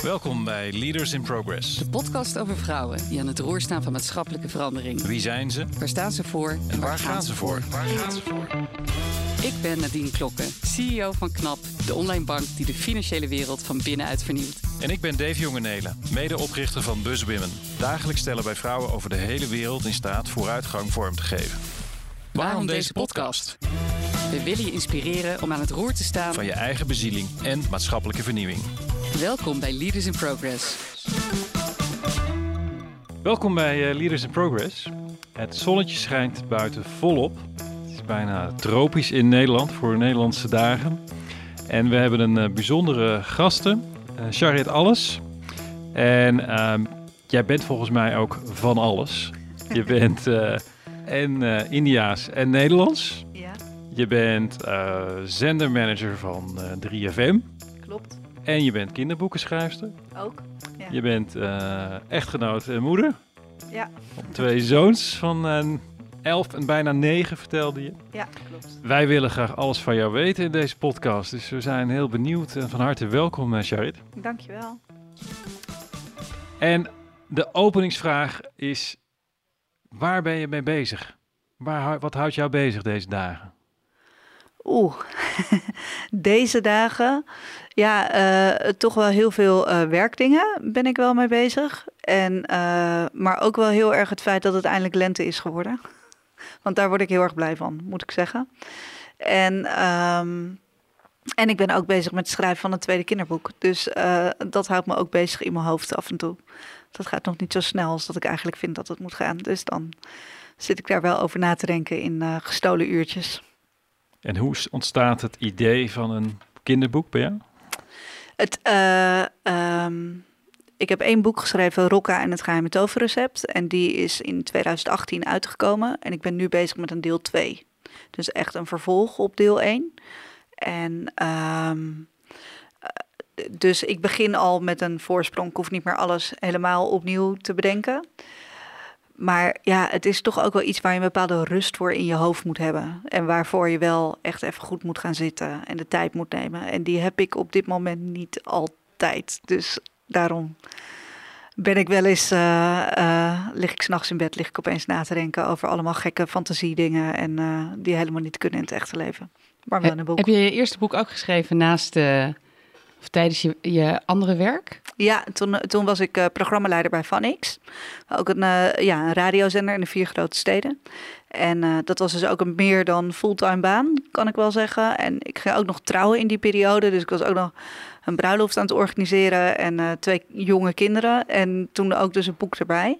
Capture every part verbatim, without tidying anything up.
Welkom bij Leaders in Progress. De podcast over vrouwen die aan het roer staan van maatschappelijke verandering. Wie zijn ze? Waar staan ze voor? En, en waar, waar gaan ze voor? Waar gaan ze voor? Ik ben Nadine Klokken, C E O van KNAP, de online bank die de financiële wereld van binnenuit vernieuwt. En ik ben Dave Jongenelen, medeoprichter van BuzzWomen. Dagelijks stellen wij vrouwen over de hele wereld in staat vooruitgang vorm te geven. Waarom, Waarom deze podcast? We willen je inspireren om aan het roer te staan van je eigen bezieling en maatschappelijke vernieuwing. Welkom bij Leaders in Progress. Welkom bij uh, Leaders in Progress. Het zonnetje schijnt buiten volop. Het is bijna tropisch in Nederland voor Nederlandse dagen. En we hebben een uh, bijzondere gasten, uh, Charit Alles. En uh, jij bent volgens mij ook van alles. Je bent uh, en uh, Indiaas en Nederlands. Ja. Je bent uh, zendermanager van uh, drie F M. Klopt. En je bent kinderboekenschrijfster. Ook, ja. Je bent uh, echtgenoot en moeder. Ja. Twee zoons van uh, elf en bijna negen, vertelde je. Ja, klopt. Wij willen graag alles van jou weten in deze podcast. Dus we zijn heel benieuwd. En van harte welkom, uh, Charit. Dankjewel. En de openingsvraag is, waar ben je mee bezig? Waar, wat houdt jou bezig deze dagen? Oeh, deze dagen, ja, uh, toch wel heel veel uh, werkdingen ben ik wel mee bezig. En, uh, maar ook wel heel erg het feit dat het eindelijk lente is geworden. Want daar word ik heel erg blij van, moet ik zeggen. En, um, en ik ben ook bezig met het schrijven van een tweede kinderboek. Dus uh, dat houdt me ook bezig in mijn hoofd af en toe. Dat gaat nog niet zo snel als dat ik eigenlijk vind dat het moet gaan. Dus dan zit ik daar wel over na te denken in uh, gestolen uurtjes. En hoe ontstaat het idee van een kinderboek bij jou? Het, uh, um, ik heb één boek geschreven, Rocca en het geheime toverrecept. En die is in twintig achttien uitgekomen. En ik ben nu bezig met een deel twee. Dus echt een vervolg op deel één. En um, dus ik begin al met een voorsprong. Ik hoef niet meer alles helemaal opnieuw te bedenken. Maar ja, het is toch ook wel iets waar je een bepaalde rust voor in je hoofd moet hebben. En waarvoor je wel echt even goed moet gaan zitten en de tijd moet nemen. En die heb ik op dit moment niet altijd. Dus daarom ben ik wel eens, uh, uh, lig ik 's nachts in bed, lig ik opeens na te denken over allemaal gekke fantasiedingen. En uh, die helemaal niet kunnen in het echte leven. Maar wel in een boek. Heb je je eerste boek ook geschreven naast uh, of tijdens je, je andere werk? Ja, toen, toen was ik uh, programmaleider bij VanX. Ook een, uh, ja, een radiozender in de vier grote steden. En uh, dat was dus ook een meer dan fulltime baan, kan ik wel zeggen. En ik ging ook nog trouwen in die periode. Dus ik was ook nog een bruiloft aan het organiseren en uh, twee jonge kinderen. En toen ook dus een boek erbij.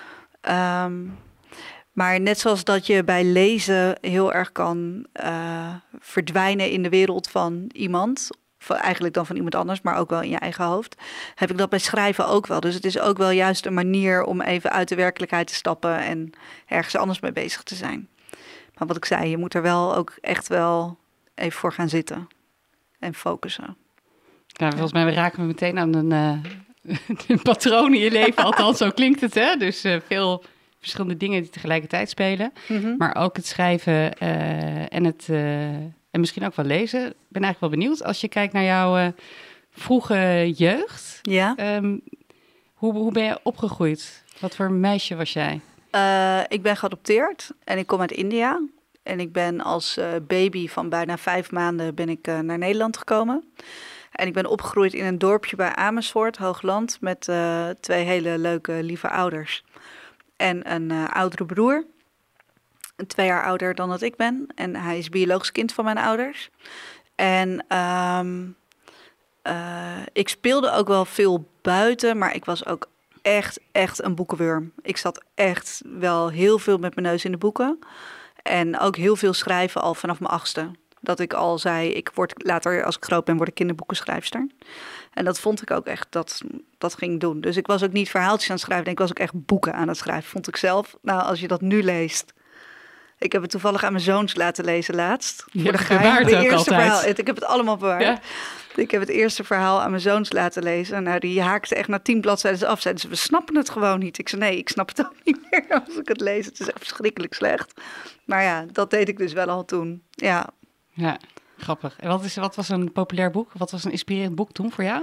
Um, maar net zoals dat je bij lezen heel erg kan uh, verdwijnen in de wereld van iemand, eigenlijk dan van iemand anders, maar ook wel in je eigen hoofd, heb ik dat bij schrijven ook wel. Dus het is ook wel juist een manier om even uit de werkelijkheid te stappen en ergens anders mee bezig te zijn. Maar wat ik zei, je moet er wel ook echt wel even voor gaan zitten en focussen. Ja, volgens mij raken we meteen aan een, uh, een patroon in je leven. Althans, zo klinkt het, hè? Dus uh, veel verschillende dingen die tegelijkertijd spelen. Mm-hmm. Maar ook het schrijven uh, en het uh, en misschien ook wel lezen. Ik ben eigenlijk wel benieuwd. Als je kijkt naar jouw uh, vroege jeugd. Ja. Um, hoe, hoe ben je opgegroeid? Wat voor meisje was jij? Uh, ik ben geadopteerd en ik kom uit India. En ik ben als uh, baby van bijna vijf maanden ben ik uh, naar Nederland gekomen. En ik ben opgegroeid in een dorpje bij Amersfoort, Hoogland, met uh, twee hele leuke, lieve ouders. En een uh, oudere broer, twee jaar ouder dan dat ik ben. En hij is biologisch kind van mijn ouders. En um, uh, ik speelde ook wel veel buiten, maar ik was ook echt, echt een boekenwurm. Ik zat echt wel heel veel met mijn neus in de boeken. En ook heel veel schrijven al vanaf mijn achtste. Dat ik al zei, ik word later, als ik groot ben, word ik kinderboekenschrijfster. En dat vond ik ook echt, dat, dat ging doen. Dus ik was ook niet verhaaltjes aan het schrijven. Ik was ook echt boeken aan het schrijven, vond ik zelf. Nou, als je dat nu leest. Ik heb het toevallig aan mijn zoons laten lezen laatst. Je hebt het bewaard ook altijd. Verhaal. Ik heb het allemaal bewaard. Ja. Ik heb het eerste verhaal aan mijn zoons laten lezen. Nou, die haakten echt na tien bladzijden af. Zeiden ze, we snappen het gewoon niet. Ik zei, nee, ik snap het ook niet meer als ik het lees. Het is echt verschrikkelijk slecht. Maar ja, dat deed ik dus wel al toen. Ja. Ja, grappig. En wat, is, wat was een populair boek? Wat was een inspirerend boek toen voor jou?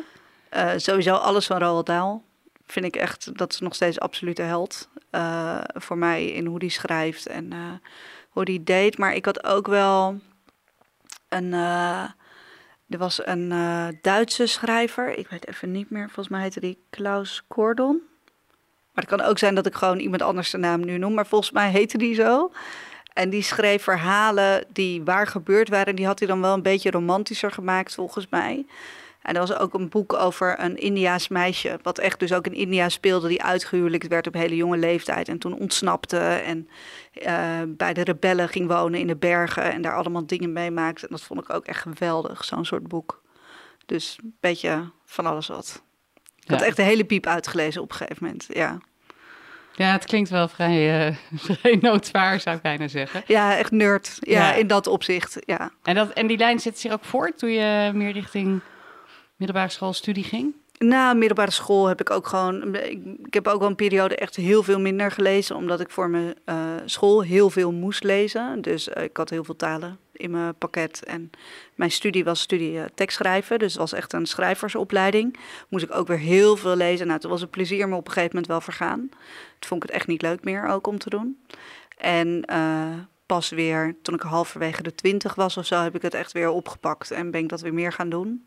Uh, sowieso alles van Roald Dahl. Vind ik echt, dat is nog steeds absolute held. Uh, voor mij in hoe die schrijft en uh, hoe die deed. Maar ik had ook wel een... Uh, er was een uh, Duitse schrijver. Ik weet even niet meer. Volgens mij heette die Klaus Cordon. Maar het kan ook zijn dat ik gewoon iemand anders de naam nu noem. Maar volgens mij heette die zo. En die schreef verhalen die waar gebeurd waren. En die had hij dan wel een beetje romantischer gemaakt, volgens mij. En er was ook een boek over een Indiaas meisje. Wat echt dus ook in India speelde. Die uitgehuwelijkd werd op hele jonge leeftijd. En toen ontsnapte. En uh, bij de rebellen ging wonen in de bergen. En daar allemaal dingen meemaakte. En dat vond ik ook echt geweldig. Zo'n soort boek. Dus een beetje van alles wat. Ik ja. had echt de hele piep uitgelezen op een gegeven moment. Ja. Ja, het klinkt wel vrij, uh, vrij noodwaar, zou ik bijna zeggen. Ja, echt nerd. Ja, ja. in dat opzicht, ja. En, dat, en die lijn zet zich ook voort toen je meer richting middelbare schoolstudie ging? Na middelbare school heb ik ook gewoon... Ik, ik heb ook wel een periode echt heel veel minder gelezen... omdat ik voor mijn uh, school heel veel moest lezen. Dus uh, ik had heel veel talen in mijn pakket. En mijn studie was studie uh, tekstschrijven. Dus het was echt een schrijversopleiding. Moest ik ook weer heel veel lezen. Nou, toen was het plezier me op een gegeven moment wel vergaan. Toen vond ik het echt niet leuk meer ook om te doen. En uh, pas weer, toen ik halverwege de twintig was of zo... heb ik het echt weer opgepakt en ben ik dat weer meer gaan doen...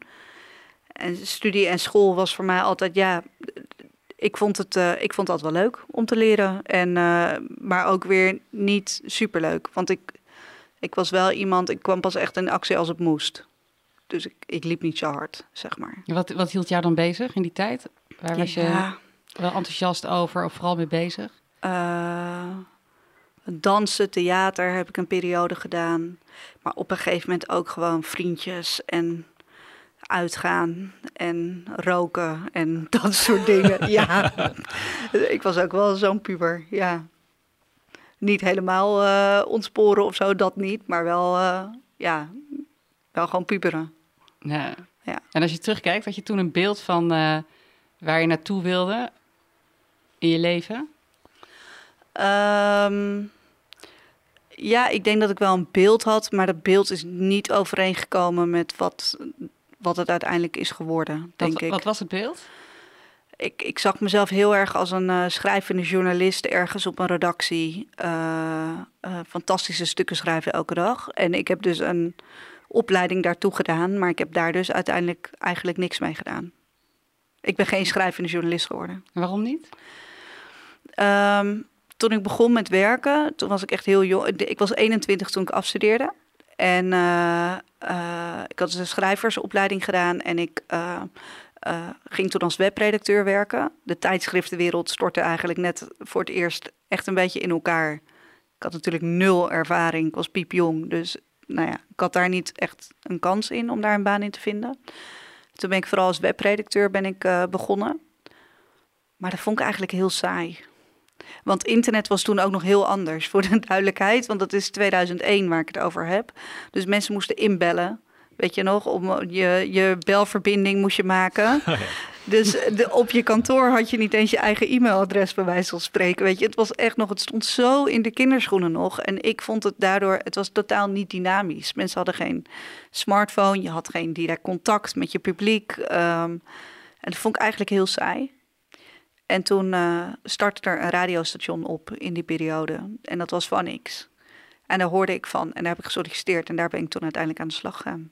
En studie en school was voor mij altijd, ja, ik vond het, uh, ik vond het altijd wel leuk om te leren. En, uh, maar ook weer niet superleuk. Want ik, ik was wel iemand, ik kwam pas echt in actie als het moest. Dus ik, ik liep niet zo hard, zeg maar. Wat, wat hield jou dan bezig in die tijd? Waar was ja. je wel enthousiast over of vooral mee bezig? Uh, dansen, theater heb ik een periode gedaan. Maar op een gegeven moment ook gewoon vriendjes en... uitgaan en roken en dat soort dingen. Ja, ik was ook wel zo'n puber, ja. Niet helemaal uh, ontsporen of zo, dat niet. Maar wel, uh, ja, wel gewoon puberen. Ja. Ja. En als je terugkijkt, had je toen een beeld van uh, waar je naartoe wilde in je leven? Um, ja, ik denk dat ik wel een beeld had, maar dat beeld is niet overeengekomen met wat... wat het uiteindelijk is geworden, denk wat, ik. Wat was het beeld? Ik, ik zag mezelf heel erg als een uh, schrijvende journalist... ergens op een redactie. Uh, uh, fantastische stukken schrijven elke dag. En ik heb dus een opleiding daartoe gedaan... maar ik heb daar dus uiteindelijk eigenlijk niks mee gedaan. Ik ben geen schrijvende journalist geworden. Waarom niet? Um, toen ik begon met werken, toen was ik echt heel jong. Ik was eenentwintig toen ik afstudeerde... En uh, uh, ik had dus een schrijversopleiding gedaan en ik uh, uh, ging toen als webredacteur werken. De tijdschriftenwereld stortte eigenlijk net voor het eerst echt een beetje in elkaar. Ik had natuurlijk nul ervaring, ik was piepjong. Dus nou ja, ik had daar niet echt een kans in om daar een baan in te vinden. Toen ben ik vooral als webredacteur ben ik, uh, begonnen. Maar dat vond ik eigenlijk heel saai. Want internet was toen ook nog heel anders, voor de duidelijkheid. Want dat is tweeduizend één waar ik het over heb. Dus mensen moesten inbellen, weet je nog? Om je, je belverbinding moest je maken. Oh ja. Dus de, op je kantoor had je niet eens je eigen e-mailadres bij wijze van spreken. Weet je, het was echt nog, het stond zo in de kinderschoenen nog. En ik vond het daardoor, het was totaal niet dynamisch. Mensen hadden geen smartphone, je had geen direct contact met je publiek. Um, en dat vond ik eigenlijk heel saai. En toen uh, startte er een radiostation op in die periode. En dat was Van X. En daar hoorde ik van. En daar heb ik gesolliciteerd. En daar ben ik toen uiteindelijk aan de slag gegaan.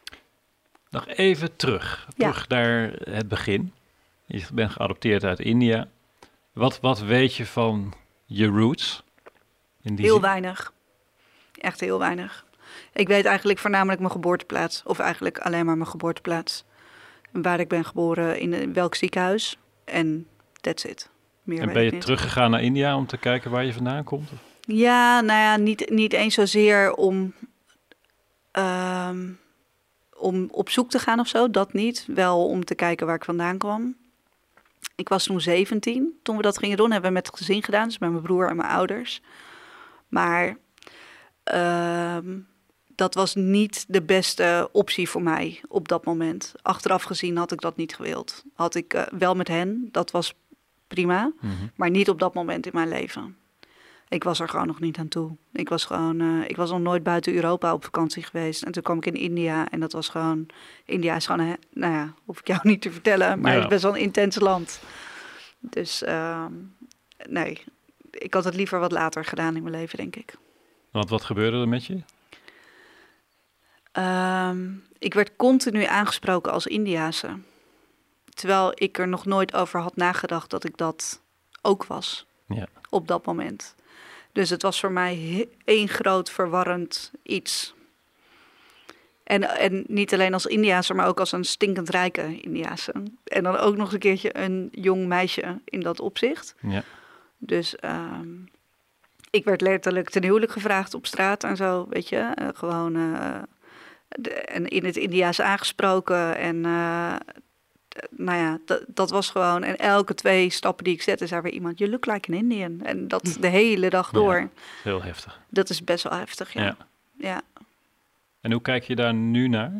Nog even terug. Terug ja. naar het begin. Je bent geadopteerd uit India. Wat, wat weet je van je roots? In die heel zin? weinig. Echt heel weinig. Ik weet eigenlijk voornamelijk mijn geboorteplaats. Of eigenlijk alleen maar mijn geboorteplaats. En waar ik ben geboren, in welk ziekenhuis. En... that's it. Meer en ben je teruggegaan naar India om te kijken waar je vandaan komt? Ja, nou ja, niet, niet eens zozeer om, um, om op zoek te gaan of zo, dat niet. Wel om te kijken waar ik vandaan kwam. Ik was toen zeventien toen we dat gingen doen. Hebben we met het gezin gedaan, dus met mijn broer en mijn ouders. Maar um, dat was niet de beste optie voor mij op dat moment. Achteraf gezien had ik dat niet gewild. Had ik uh, wel met hen, dat was prima, mm-hmm. maar niet op dat moment in mijn leven. Ik was er gewoon nog niet aan toe. Ik was gewoon, uh, ik was nog nooit buiten Europa op vakantie geweest. En toen kwam ik in India en dat was gewoon... India is gewoon, een, nou ja, hoef ik jou niet te vertellen, maar ja. Het is best wel een intens land. Dus uh, nee, ik had het liever wat later gedaan in mijn leven, denk ik. Want wat gebeurde er met je? Um, ik werd continu aangesproken als Indiase. Terwijl ik er nog nooit over had nagedacht dat ik dat ook was. Ja. Op dat moment. Dus het was voor mij één groot verwarrend iets. En, en niet alleen als Indiase, maar ook als een stinkend rijke Indiase. En dan ook nog eens een keertje een jong meisje in dat opzicht. Ja. Dus um, ik werd letterlijk ten huwelijk gevraagd op straat en zo, weet je. Uh, gewoon uh, de, en in het Indiaas aangesproken. En uh, d- nou ja, d- dat was gewoon... En elke twee stappen die ik zette, zei weer iemand... You look like an Indian. En dat de hele dag door. Ja, heel heftig. Dat is best wel heftig, ja. ja. ja. En hoe kijk je daar nu naar?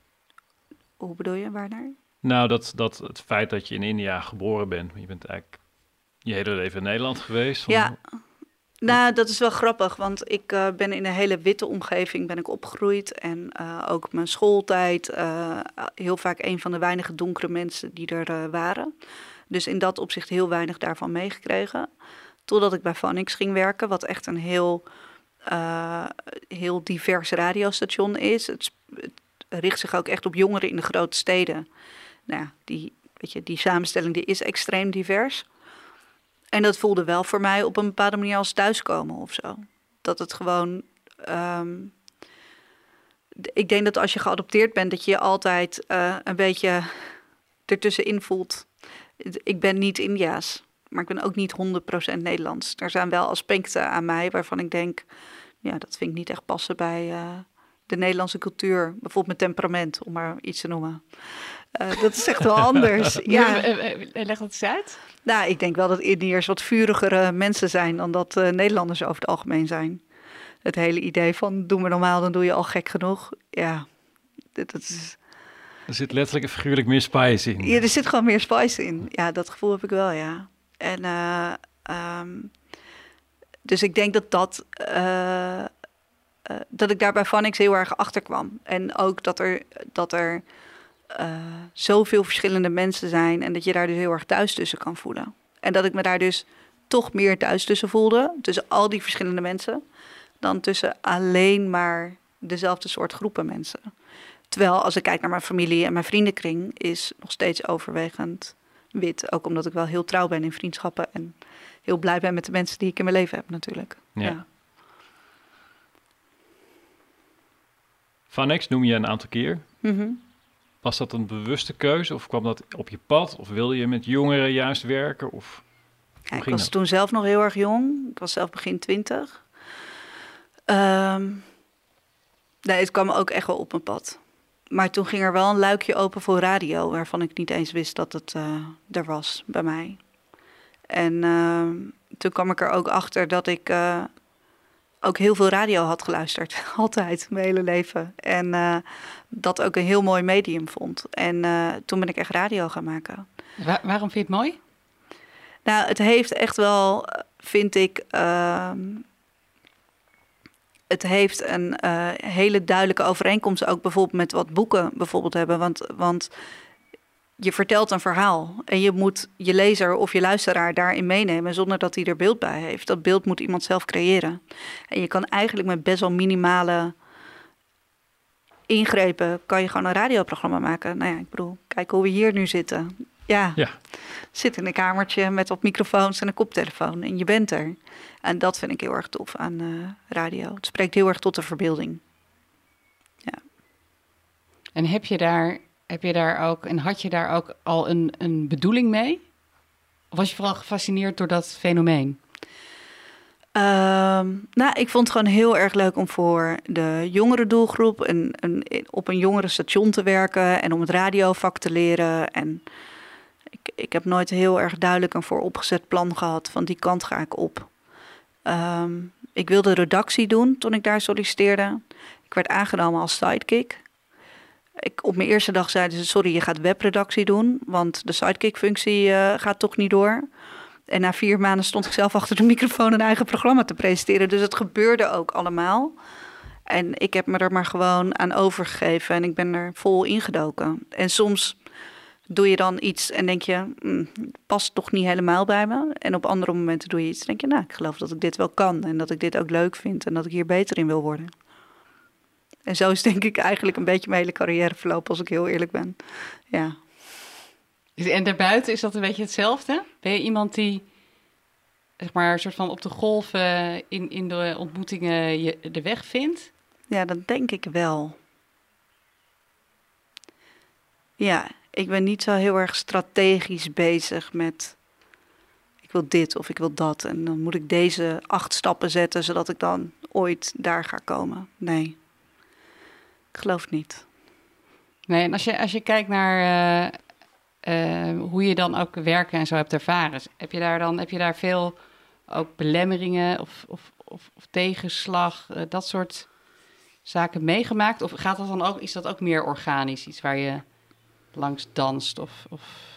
Hoe bedoel je, waar naar? Nou, dat, dat het feit dat je in India geboren bent. Je bent eigenlijk je hele leven in Nederland geweest. Om... Ja, nou, dat is wel grappig. Want ik uh, ben in een hele witte omgeving ben ik opgegroeid. En uh, ook mijn schooltijd. Uh, heel vaak een van de weinige donkere mensen die er uh, waren. Dus in dat opzicht heel weinig daarvan meegekregen. Totdat ik bij Phonics ging werken. Wat echt een heel... Uh, heel divers radiostation is. Het, het richt zich ook echt op jongeren in de grote steden. Nou ja, die, weet je, die samenstelling die is extreem divers. En dat voelde wel voor mij op een bepaalde manier als thuiskomen of zo. Dat het gewoon... Um, ik denk dat als je geadopteerd bent, dat je je altijd uh, een beetje ertussenin voelt. Ik ben niet Indiaas. Maar ik ben ook niet honderd procent Nederlands. Er zijn wel aspecten aan mij waarvan ik denk... ja, dat vind ik niet echt passen bij uh, de Nederlandse cultuur. Bijvoorbeeld mijn temperament, om maar iets te noemen. Uh, dat is echt wel anders. Ja. Leg dat eens uit. Nou, ik denk wel dat Indiërs wat vurigere mensen zijn... dan dat uh, Nederlanders over het algemeen zijn. Het hele idee van, doe maar normaal, dan doe je al gek genoeg. Ja, dat, dat is... Er zit letterlijk en figuurlijk meer spice in. Ja, er zit gewoon meer spice in. Ja, dat gevoel heb ik wel, ja. En uh, um, dus ik denk dat dat, uh, uh, dat ik daar bij Phonics heel erg achter kwam. En ook dat er, dat er uh, zoveel verschillende mensen zijn en dat je daar dus heel erg thuis tussen kan voelen. En dat ik me daar dus toch meer thuis tussen voelde, tussen al die verschillende mensen, dan tussen alleen maar dezelfde soort groepen mensen. Terwijl als ik kijk naar mijn familie en mijn vriendenkring is nog steeds overwegend wit. Ook omdat ik wel heel trouw ben in vriendschappen en heel blij ben met de mensen die ik in mijn leven heb natuurlijk. Ja. Ja. Phonics noem je een aantal keer. Mm-hmm. Was dat een bewuste keuze of kwam dat op je pad? Of wilde je met jongeren juist werken? Of ja, ik was dat? Toen zelf nog heel erg jong. Ik was zelf begin twintig. Um, nee, het kwam ook echt wel op mijn pad. Maar toen ging er wel een luikje open voor radio... waarvan ik niet eens wist dat het uh, er was bij mij. En uh, toen kwam ik er ook achter dat ik uh, ook heel veel radio had geluisterd. Altijd, mijn hele leven. En uh, dat ook een heel mooi medium vond. En uh, toen ben ik echt radio gaan maken. Waar, waarom vind je het mooi? Nou, het heeft echt wel, vind ik... Uh, Het heeft een uh, hele duidelijke overeenkomst ook bijvoorbeeld met wat boeken bijvoorbeeld hebben. Want, want je vertelt een verhaal en je moet je lezer of je luisteraar daarin meenemen zonder dat hij er beeld bij heeft. Dat beeld moet iemand zelf creëren. En je kan eigenlijk met best wel minimale ingrepen kan je gewoon een radioprogramma maken. Nou ja, ik bedoel, kijk hoe we hier nu zitten. Ja, ja. Zit in een kamertje met wat microfoons en een koptelefoon en je bent er. En dat vind ik heel erg tof aan uh, radio. Het spreekt heel erg tot de verbeelding. Ja. En heb je daar, heb je daar ook, en had je daar ook al een, een bedoeling mee? Of was je vooral gefascineerd door dat fenomeen? Um, nou, ik vond het gewoon heel erg leuk om voor de jongere doelgroep een, een, op een jongere station te werken en om het radiovak te leren. En ik, ik heb nooit heel erg duidelijk een vooropgezet plan gehad. Van die kant ga ik op. Um, ik wilde redactie doen toen ik daar solliciteerde. Ik werd aangenomen als sidekick. Ik, op mijn eerste dag zeiden ze, sorry, je gaat webredactie doen, want de sidekick-functie uh, gaat toch niet door. En na vier maanden stond ik zelf achter de microfoon een eigen programma te presenteren. Dus het gebeurde ook allemaal. En ik heb me er maar gewoon aan overgegeven en ik ben er vol ingedoken. En soms doe je dan iets en denk je, mm, past toch niet helemaal bij me. En op andere momenten doe je iets en denk je, nou, ik geloof dat ik dit wel kan. En dat ik dit ook leuk vind en dat ik hier beter in wil worden. En zo is denk ik eigenlijk een beetje mijn hele carrière verlopen, als ik heel eerlijk ben. Ja. En daarbuiten is dat een beetje hetzelfde? Ben je iemand die, zeg maar, een soort van op de golven in, in de ontmoetingen je de weg vindt? Ja, dat denk ik wel. Ja, ik ben niet zo heel erg strategisch bezig met, ik wil dit of ik wil dat. En dan moet ik deze acht stappen zetten, zodat ik dan ooit daar ga komen. Nee, ik geloof niet. Nee, en als je, als je kijkt naar uh, uh, hoe je dan ook werken en zo hebt ervaren, heb je daar dan heb je daar veel ook belemmeringen of, of, of, of tegenslag, uh, dat soort zaken meegemaakt? Of gaat dat dan ook, is dat ook meer organisch, iets waar je langs danst of, of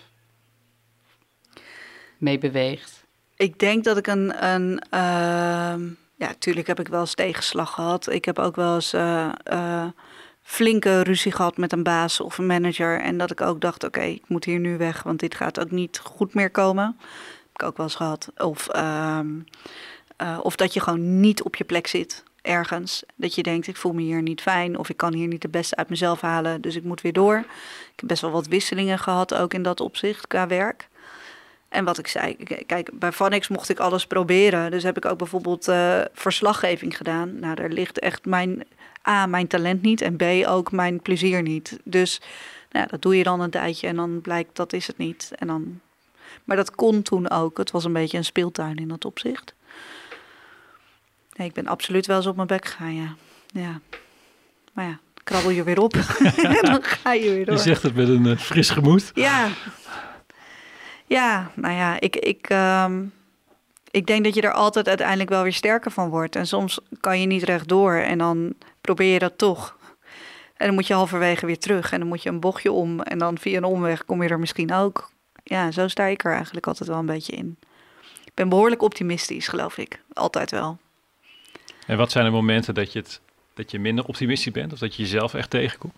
mee beweegt? Ik denk dat ik een, een uh, ja, natuurlijk heb ik wel eens tegenslag gehad. Ik heb ook wel eens uh, uh, flinke ruzie gehad met een baas of een manager. En dat ik ook dacht, oké, okay, ik moet hier nu weg, want dit gaat ook niet goed meer komen. Heb ik ook wel eens gehad. Of, uh, uh, of dat je gewoon niet op je plek zit ergens. Dat je denkt, ik voel me hier niet fijn of ik kan hier niet het beste uit mezelf halen, dus ik moet weer door. Ik heb best wel wat wisselingen gehad, ook in dat opzicht qua werk. En wat ik zei, kijk, bij Vannex mocht ik alles proberen. Dus heb ik ook bijvoorbeeld uh, verslaggeving gedaan. Nou, daar ligt echt mijn, A, mijn talent niet en B, ook mijn plezier niet. Dus nou, dat doe je dan een tijdje en dan blijkt, dat is het niet. En dan, maar dat kon toen ook. Het was een beetje een speeltuin in dat opzicht. Nee, ik ben absoluut wel eens op mijn bek gegaan, ja. ja. Maar ja, krabbel je weer op en dan ga je weer door. Je zegt het met een uh, fris gemoed. Ja. Ja, nou ja, ik, ik, um, ik denk dat je er altijd uiteindelijk wel weer sterker van wordt. En soms kan je niet rechtdoor en dan probeer je dat toch. En dan moet je halverwege weer terug en dan moet je een bochtje om. En dan via een omweg kom je er misschien ook. Ja, zo sta ik er eigenlijk altijd wel een beetje in. Ik ben behoorlijk optimistisch, geloof ik. Altijd wel. En wat zijn de momenten dat je, het, dat je minder optimistisch bent? Of dat je jezelf echt tegenkomt?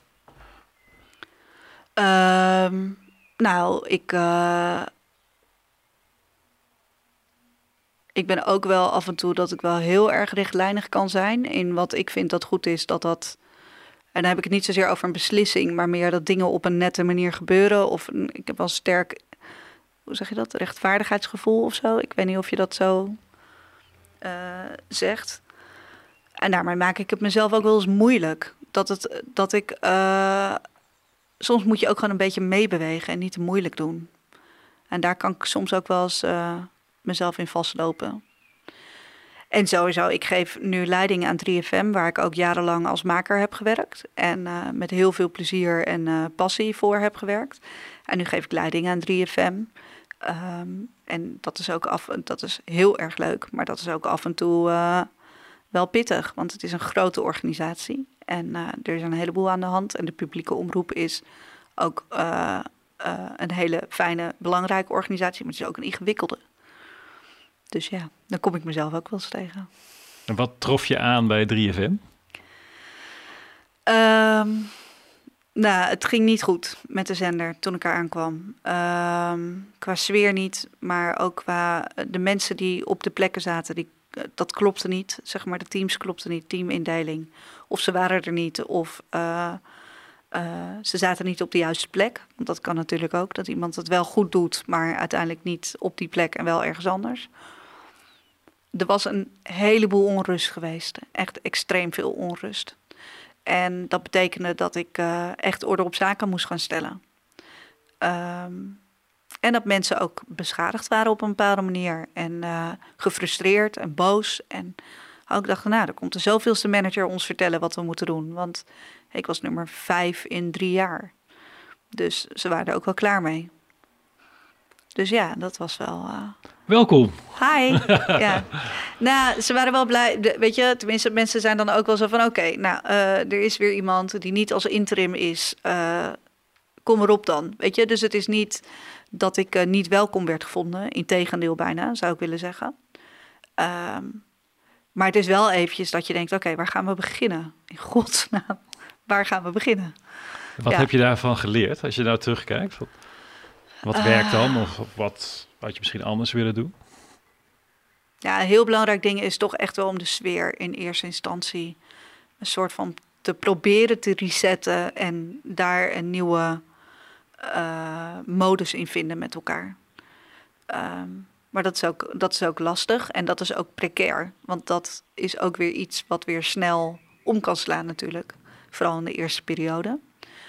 Um, nou, ik... Uh, Ik ben ook wel af en toe dat ik wel heel erg rechtlijnig kan zijn in wat ik vind dat goed is. Dat dat, en dan heb ik het niet zozeer over een beslissing, maar meer dat dingen op een nette manier gebeuren. Of een, ik heb wel sterk, hoe zeg je dat, rechtvaardigheidsgevoel of zo. Ik weet niet of je dat zo uh, zegt. En daarmee maak ik het mezelf ook wel eens moeilijk. Dat, het, dat ik, uh, soms moet je ook gewoon een beetje meebewegen en niet te moeilijk doen. En daar kan ik soms ook wel eens... Uh, mezelf in vastlopen. En sowieso, ik geef nu leiding aan drie F M, waar ik ook jarenlang als maker heb gewerkt. En uh, met heel veel plezier en uh, passie voor heb gewerkt. En nu geef ik leiding aan drie F M. Um, en dat is ook af, dat is heel erg leuk, maar dat is ook af en toe uh, wel pittig. Want het is een grote organisatie. En uh, er is een heleboel aan de hand. En de publieke omroep is ook uh, uh, een hele fijne, belangrijke organisatie. Maar het is ook een ingewikkelde. Dus ja, dan kom ik mezelf ook wel eens tegen. En wat trof je aan bij drie F M? Um, nou, het ging niet goed met de zender toen ik eraan kwam. Um, qua sfeer niet, maar ook qua de mensen die op de plekken zaten. Die, dat klopte niet, zeg maar. De teams klopten niet, teamindeling. Of ze waren er niet, of uh, uh, ze zaten niet op de juiste plek. Want dat kan natuurlijk ook, dat iemand het wel goed doet, maar uiteindelijk niet op die plek en wel ergens anders. Er was een heleboel onrust geweest. Echt extreem veel onrust. En dat betekende dat ik uh, echt orde op zaken moest gaan stellen. Um, en dat mensen ook beschadigd waren op een bepaalde manier. En uh, gefrustreerd en boos. En ook dachten, nou, er komt de zoveelste manager ons vertellen wat we moeten doen. Want ik was nummer vijf in drie jaar. Dus ze waren er ook wel klaar mee. Dus ja, dat was wel... Uh... Welkom. Hi. Ja. Nou, ze waren wel blij. De, weet je, tenminste, mensen zijn dan ook wel zo van... Oké, okay, nou, uh, er is weer iemand die niet als interim is... Uh, kom erop dan. Weet je, dus het is niet dat ik uh, niet welkom werd gevonden. Integendeel bijna, zou ik willen zeggen. Um, maar het is wel eventjes dat je denkt, oké, okay, waar gaan we beginnen? In godsnaam, waar gaan we beginnen? Wat ja. heb je daarvan geleerd, als je nou terugkijkt? Wat, wat uh, werkt dan? Of, of wat had je misschien anders willen doen? Ja, een heel belangrijk ding is toch echt wel om de sfeer in eerste instantie een soort van te proberen te resetten en daar een nieuwe uh, modus in vinden met elkaar. Um, maar dat is, ook, dat is ook lastig en dat is ook precair. Want dat is ook weer iets wat weer snel om kan slaan natuurlijk. Vooral in de eerste periode.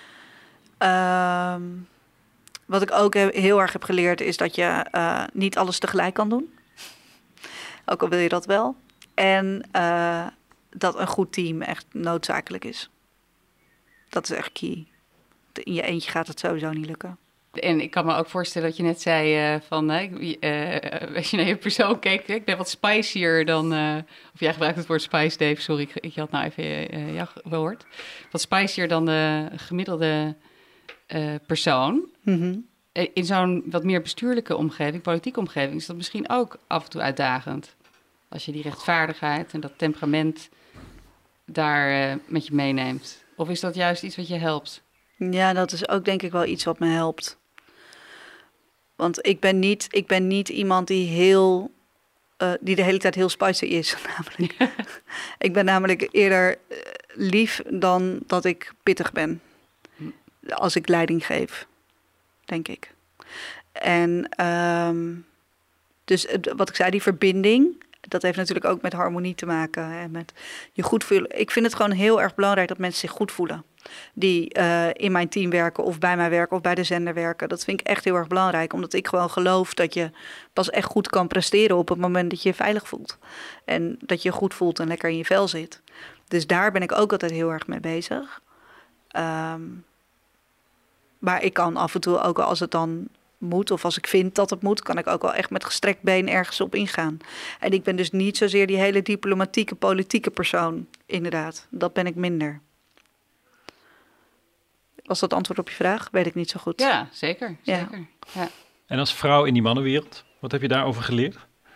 Um, wat ik ook heel erg heb geleerd is dat je uh, niet alles tegelijk kan doen. Ook al wil je dat wel. En uh, dat een goed team echt noodzakelijk is. Dat is echt key. In je eentje gaat het sowieso niet lukken. En ik kan me ook voorstellen dat je net zei uh, van... Uh, uh, als je naar je persoon keek, ik ben wat spicier dan... Uh, of jij gebruikt het woord spice, Dave. Sorry, ik, ik had nou even uh, jou gehoord. Wat spicier dan de gemiddelde uh, persoon. Mm-hmm. In zo'n wat meer bestuurlijke omgeving, politieke omgeving... is dat misschien ook af en toe uitdagend. Als je die rechtvaardigheid en dat temperament daar uh, met je meeneemt. Of is dat juist iets wat je helpt? Ja, dat is ook denk ik wel iets wat me helpt. Want ik ben niet, ik ben niet iemand die heel, uh, die de hele tijd heel spicy is. Namelijk. Ik ben namelijk eerder uh, lief dan dat ik pittig ben. Als ik leiding geef, denk ik. En um, dus uh, wat ik zei, die verbinding, dat heeft natuurlijk ook met harmonie te maken. Hè, met je goed voelen. Ik vind het gewoon heel erg belangrijk dat mensen zich goed voelen. Die uh, in mijn team werken of bij mij werken of bij de zender werken. Dat vind ik echt heel erg belangrijk. Omdat ik gewoon geloof dat je pas echt goed kan presteren op het moment dat je je veilig voelt. En dat je je goed voelt en lekker in je vel zit. Dus daar ben ik ook altijd heel erg mee bezig. Um, maar ik kan af en toe ook als het dan moet of als ik vind dat het moet, kan ik ook wel echt met gestrekt been ergens op ingaan. En ik ben dus niet zozeer die hele diplomatieke, politieke persoon, inderdaad. Dat ben ik minder. Was dat antwoord op je vraag? Weet ik niet zo goed. Ja, zeker. zeker. Ja. Ja. En als vrouw in die mannenwereld, wat heb je daarover geleerd?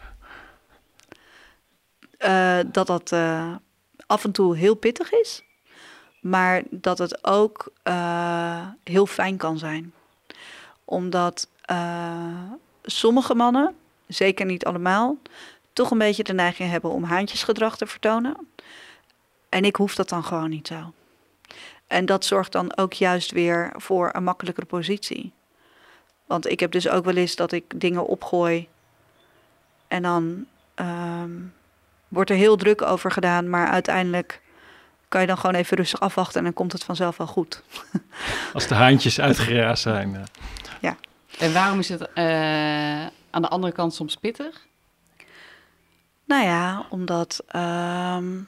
Uh, dat dat uh, af en toe heel pittig is. Maar dat het ook uh, heel fijn kan zijn. Omdat uh, sommige mannen, zeker niet allemaal, toch een beetje de neiging hebben om haantjesgedrag te vertonen. En ik hoef dat dan gewoon niet zo. En dat zorgt dan ook juist weer voor een makkelijkere positie. Want ik heb dus ook wel eens dat ik dingen opgooi. En dan um, wordt er heel druk over gedaan. Maar uiteindelijk kan je dan gewoon even rustig afwachten. En dan komt het vanzelf wel goed. Als de haantjes uitgeraasd zijn. Uh. Ja. En waarom is het uh, aan de andere kant soms pittig? Nou ja, omdat... Um,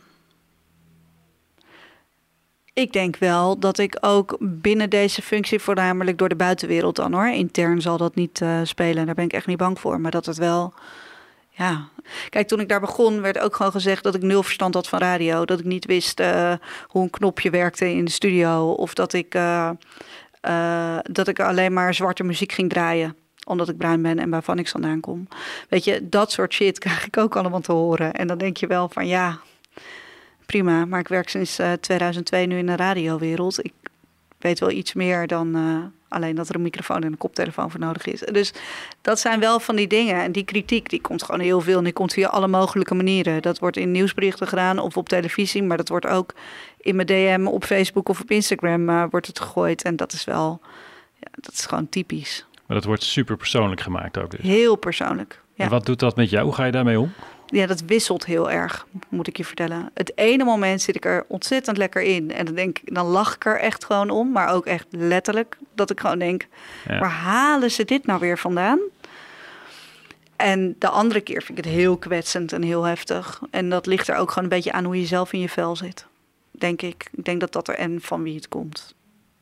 Ik denk wel dat ik ook binnen deze functie, voornamelijk door de buitenwereld dan hoor. Intern zal dat niet uh, spelen, daar ben ik echt niet bang voor. Maar dat het wel, ja. Kijk, toen ik daar begon werd ook gewoon gezegd dat ik nul verstand had van radio. Dat ik niet wist uh, hoe een knopje werkte in de studio. Of dat ik, uh, uh, dat ik alleen maar zwarte muziek ging draaien. Omdat ik bruin ben en waarvan ik vandaan kom. Weet je, dat soort shit krijg ik ook allemaal te horen. En dan denk je wel van ja... Prima, maar ik werk sinds uh, tweeduizend twee nu in de radiowereld. Ik weet wel iets meer dan uh, alleen dat er een microfoon en een koptelefoon voor nodig is. Dus dat zijn wel van die dingen. En die kritiek, die komt gewoon heel veel. En die komt via alle mogelijke manieren. Dat wordt in nieuwsberichten gedaan of op televisie. Maar dat wordt ook in mijn D M op Facebook of op Instagram uh, wordt het gegooid. En dat is wel, ja, dat is gewoon typisch. Maar dat wordt super persoonlijk gemaakt ook dus. Heel persoonlijk, ja. En wat doet dat met jou? Hoe ga je daarmee om? Ja, dat wisselt heel erg, moet ik je vertellen. Het ene moment zit ik er ontzettend lekker in. En dan denk ik, dan lach ik er echt gewoon om. Maar ook echt letterlijk. Dat ik gewoon denk, ja. Waar halen ze dit nou weer vandaan? En de andere keer vind ik het heel kwetsend en heel heftig. En dat ligt er ook gewoon een beetje aan hoe je zelf in je vel zit. Denk ik. Ik denk dat dat er en van wie het komt.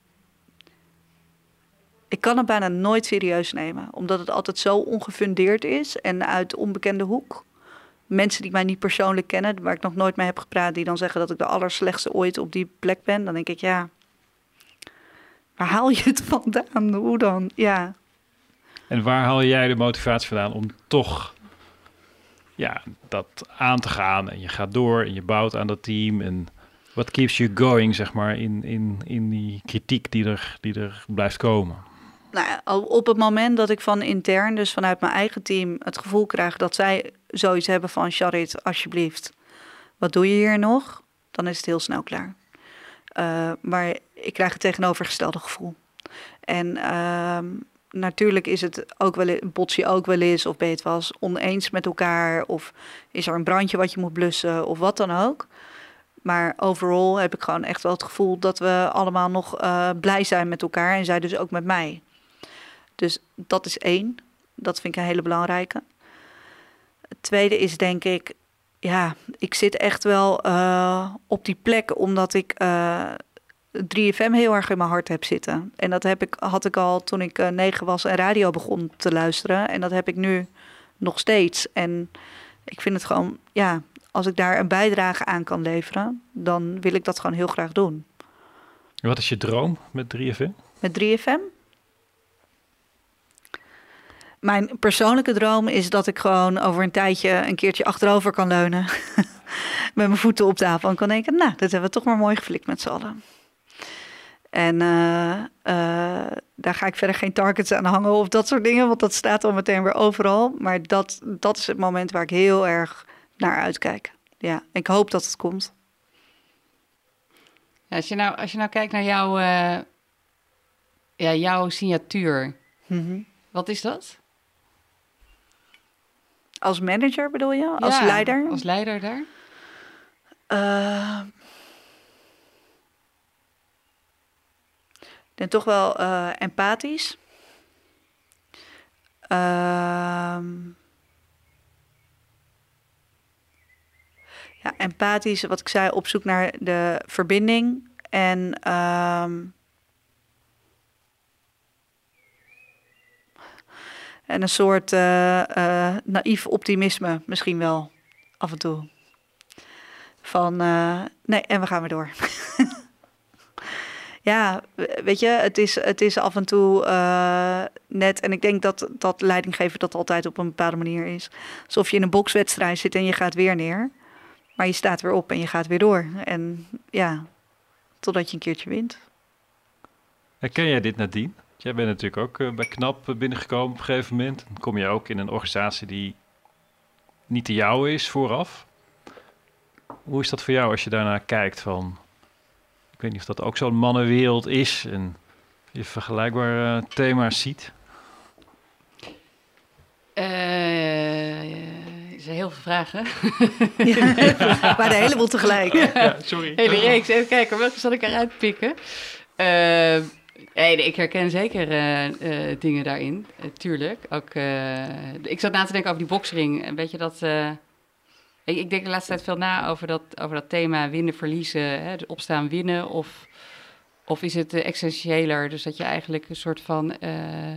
Ik kan het bijna nooit serieus nemen. Omdat het altijd zo ongefundeerd is. En uit onbekende hoek. Mensen die mij niet persoonlijk kennen, waar ik nog nooit mee heb gepraat, die dan zeggen dat ik de allerslechtste ooit op die plek ben. Dan denk ik, ja, waar haal je het vandaan? Hoe dan? Ja. En waar haal jij de motivatie vandaan om toch ja, dat aan te gaan? En je gaat door en je bouwt aan dat team. En wat keeps you going, zeg maar, in, in, in die kritiek die er, die er blijft komen? Nou, ja, op het moment dat ik van intern, dus vanuit mijn eigen team, het gevoel krijg dat zij zoiets hebben van Charit, alsjeblieft, wat doe je hier nog? Dan is het heel snel klaar. Uh, maar ik krijg het tegenovergestelde gevoel. En uh, natuurlijk is het ook wel, bots je ook wel eens, of ben je het wel eens oneens met elkaar, of is er een brandje wat je moet blussen, of wat dan ook. Maar overal heb ik gewoon echt wel het gevoel dat we allemaal nog uh, blij zijn met elkaar en zij dus ook met mij. Dus dat is één. Dat vind ik een hele belangrijke. Het tweede is denk ik, ja, ik zit echt wel uh, op die plek omdat ik uh, drie F M heel erg in mijn hart heb zitten. En dat heb ik, had ik al toen ik uh, negen was en radio begon te luisteren. En dat heb ik nu nog steeds. En ik vind het gewoon, ja, als ik daar een bijdrage aan kan leveren, dan wil ik dat gewoon heel graag doen. En wat is je droom met drie F M? Met drie F M? Mijn persoonlijke droom is dat ik gewoon over een tijdje een keertje achterover kan leunen. Met mijn voeten op tafel en kan denken, nou, dat hebben we toch maar mooi geflikt met z'n allen. En uh, uh, daar ga ik verder geen targets aan hangen of dat soort dingen, want dat staat al meteen weer overal. Maar dat, dat is het moment waar ik heel erg naar uitkijk. Ja, ik hoop dat het komt. Ja, als je nou, als je nou kijkt naar jouw, uh, ja, jouw signatuur, Mm-hmm. wat is dat? Als manager bedoel je? Als ja, leider? Als leider daar? Uh, ik denk toch wel uh, empathisch. Uh, ja, empathisch, wat ik zei, op zoek naar de verbinding. En uh, En een soort uh, uh, naïef optimisme misschien wel, af en toe. Van, uh, nee, en we gaan weer door. Ja, weet je, het is, het is af en toe uh, net... En ik denk dat, dat leidinggeven dat altijd op een bepaalde manier is. Alsof je in een bokswedstrijd zit en je gaat weer neer. Maar je staat weer op en je gaat weer door. En ja, totdat je een keertje wint. Herken jij dit, Nadine? Jij bent natuurlijk ook uh, bij KNAP binnengekomen op een gegeven moment. Dan kom je ook in een organisatie die niet de jouwe is vooraf. Hoe is dat voor jou als je daarnaar kijkt? Van, ik weet niet of dat ook zo'n mannenwereld is en je vergelijkbare uh, thema's ziet. Uh, er zijn heel veel vragen. Ja, maar de heleboel tegelijk. Ja, sorry. Hele reeks. Even kijken, welke zal ik eruit pikken? Uh, Nee, ik herken zeker uh, uh, dingen daarin, uh, tuurlijk. Ook, uh, ik zat na te denken over die boksring. Weet je dat? Uh, ik, ik denk de laatste tijd veel na over dat, over dat thema winnen, verliezen, hè, dus opstaan, winnen. Of, of is het uh, essentiëler? Dus dat je eigenlijk een soort van uh,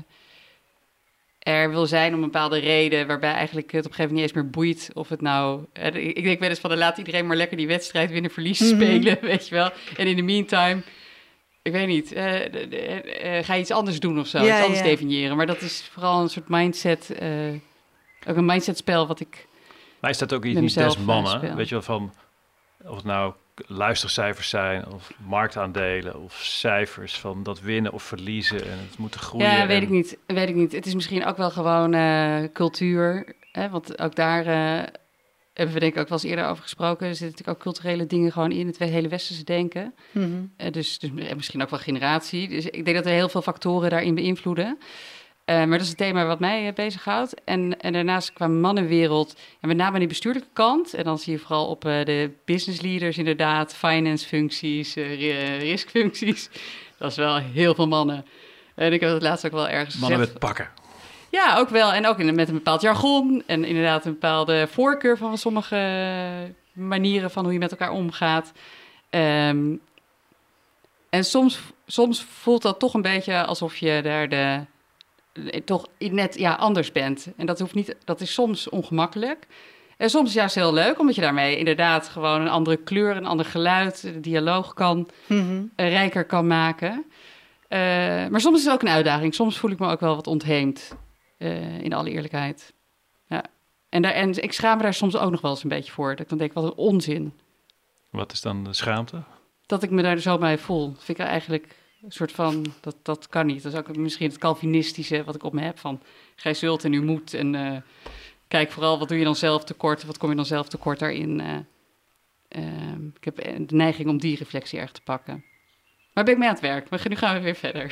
er wil zijn om een bepaalde reden, waarbij eigenlijk het op een gegeven moment niet eens meer boeit of het nou... Uh, ik denk wel eens van, laat iedereen maar lekker die wedstrijd winnen, verliezen mm-hmm. spelen, weet je wel. En in de meantime... Ik weet niet, uh, de, de, uh, ga je iets anders doen of zo, ja, iets anders ja. definiëren. Maar dat is vooral een soort mindset, uh, ook een mindsetspel wat ik Maar is dat ook iets niet des mannen? Speel. Weet je wel, van of het nou luistercijfers zijn of marktaandelen of cijfers van dat winnen of verliezen en het moeten groeien. Ja, weet en... ik niet, weet ik niet. Het is misschien ook wel gewoon uh, cultuur, hè, want ook daar... Uh, hebben we denk ik ook wel eens eerder over gesproken. Er zitten natuurlijk ook culturele dingen gewoon in het hele westerse denken. Mm-hmm. Uh, dus, dus misschien ook wel generatie. Dus ik denk dat er heel veel factoren daarin beïnvloeden. Uh, maar dat is het thema wat mij uh, bezighoudt. En, en daarnaast qua mannenwereld, en met name aan die bestuurlijke kant. En dan zie je vooral op uh, de business leaders inderdaad, finance functies, uh, riskfuncties. Dat is wel heel veel mannen. En ik heb het laatst ook wel ergens mannen gezegd. met pakken. Ja, ook wel. En ook in, met een bepaald jargon. En inderdaad een bepaalde voorkeur van sommige manieren van hoe je met elkaar omgaat. Um, en soms, soms voelt dat toch een beetje alsof je daar de, toch net ja, anders bent. En dat hoeft niet, dat is soms ongemakkelijk. En soms juist heel leuk, omdat je daarmee inderdaad gewoon een andere kleur, een ander geluid, de dialoog kan, mm-hmm. uh, rijker kan maken. Uh, maar soms is het ook een uitdaging. Soms voel ik me ook wel wat ontheemd, uh, in alle eerlijkheid. Ja. En, daar, en ik schaam me daar soms ook nog wel eens een beetje voor. Dat ik dan denk, wat een onzin. Wat is dan de schaamte? Dat ik me daar zo bij voel. Dat vind ik eigenlijk een soort van, dat, dat kan niet. Dat is ook misschien het Calvinistische wat ik op me heb van, gij zult en u moet. En uh, kijk vooral, wat doe je dan zelf tekort? Wat kom je dan zelf tekort daarin? Uh, uh, ik heb de neiging om die reflectie erg te pakken. Maar ben ik mee aan het werk? Maar nu gaan we weer verder.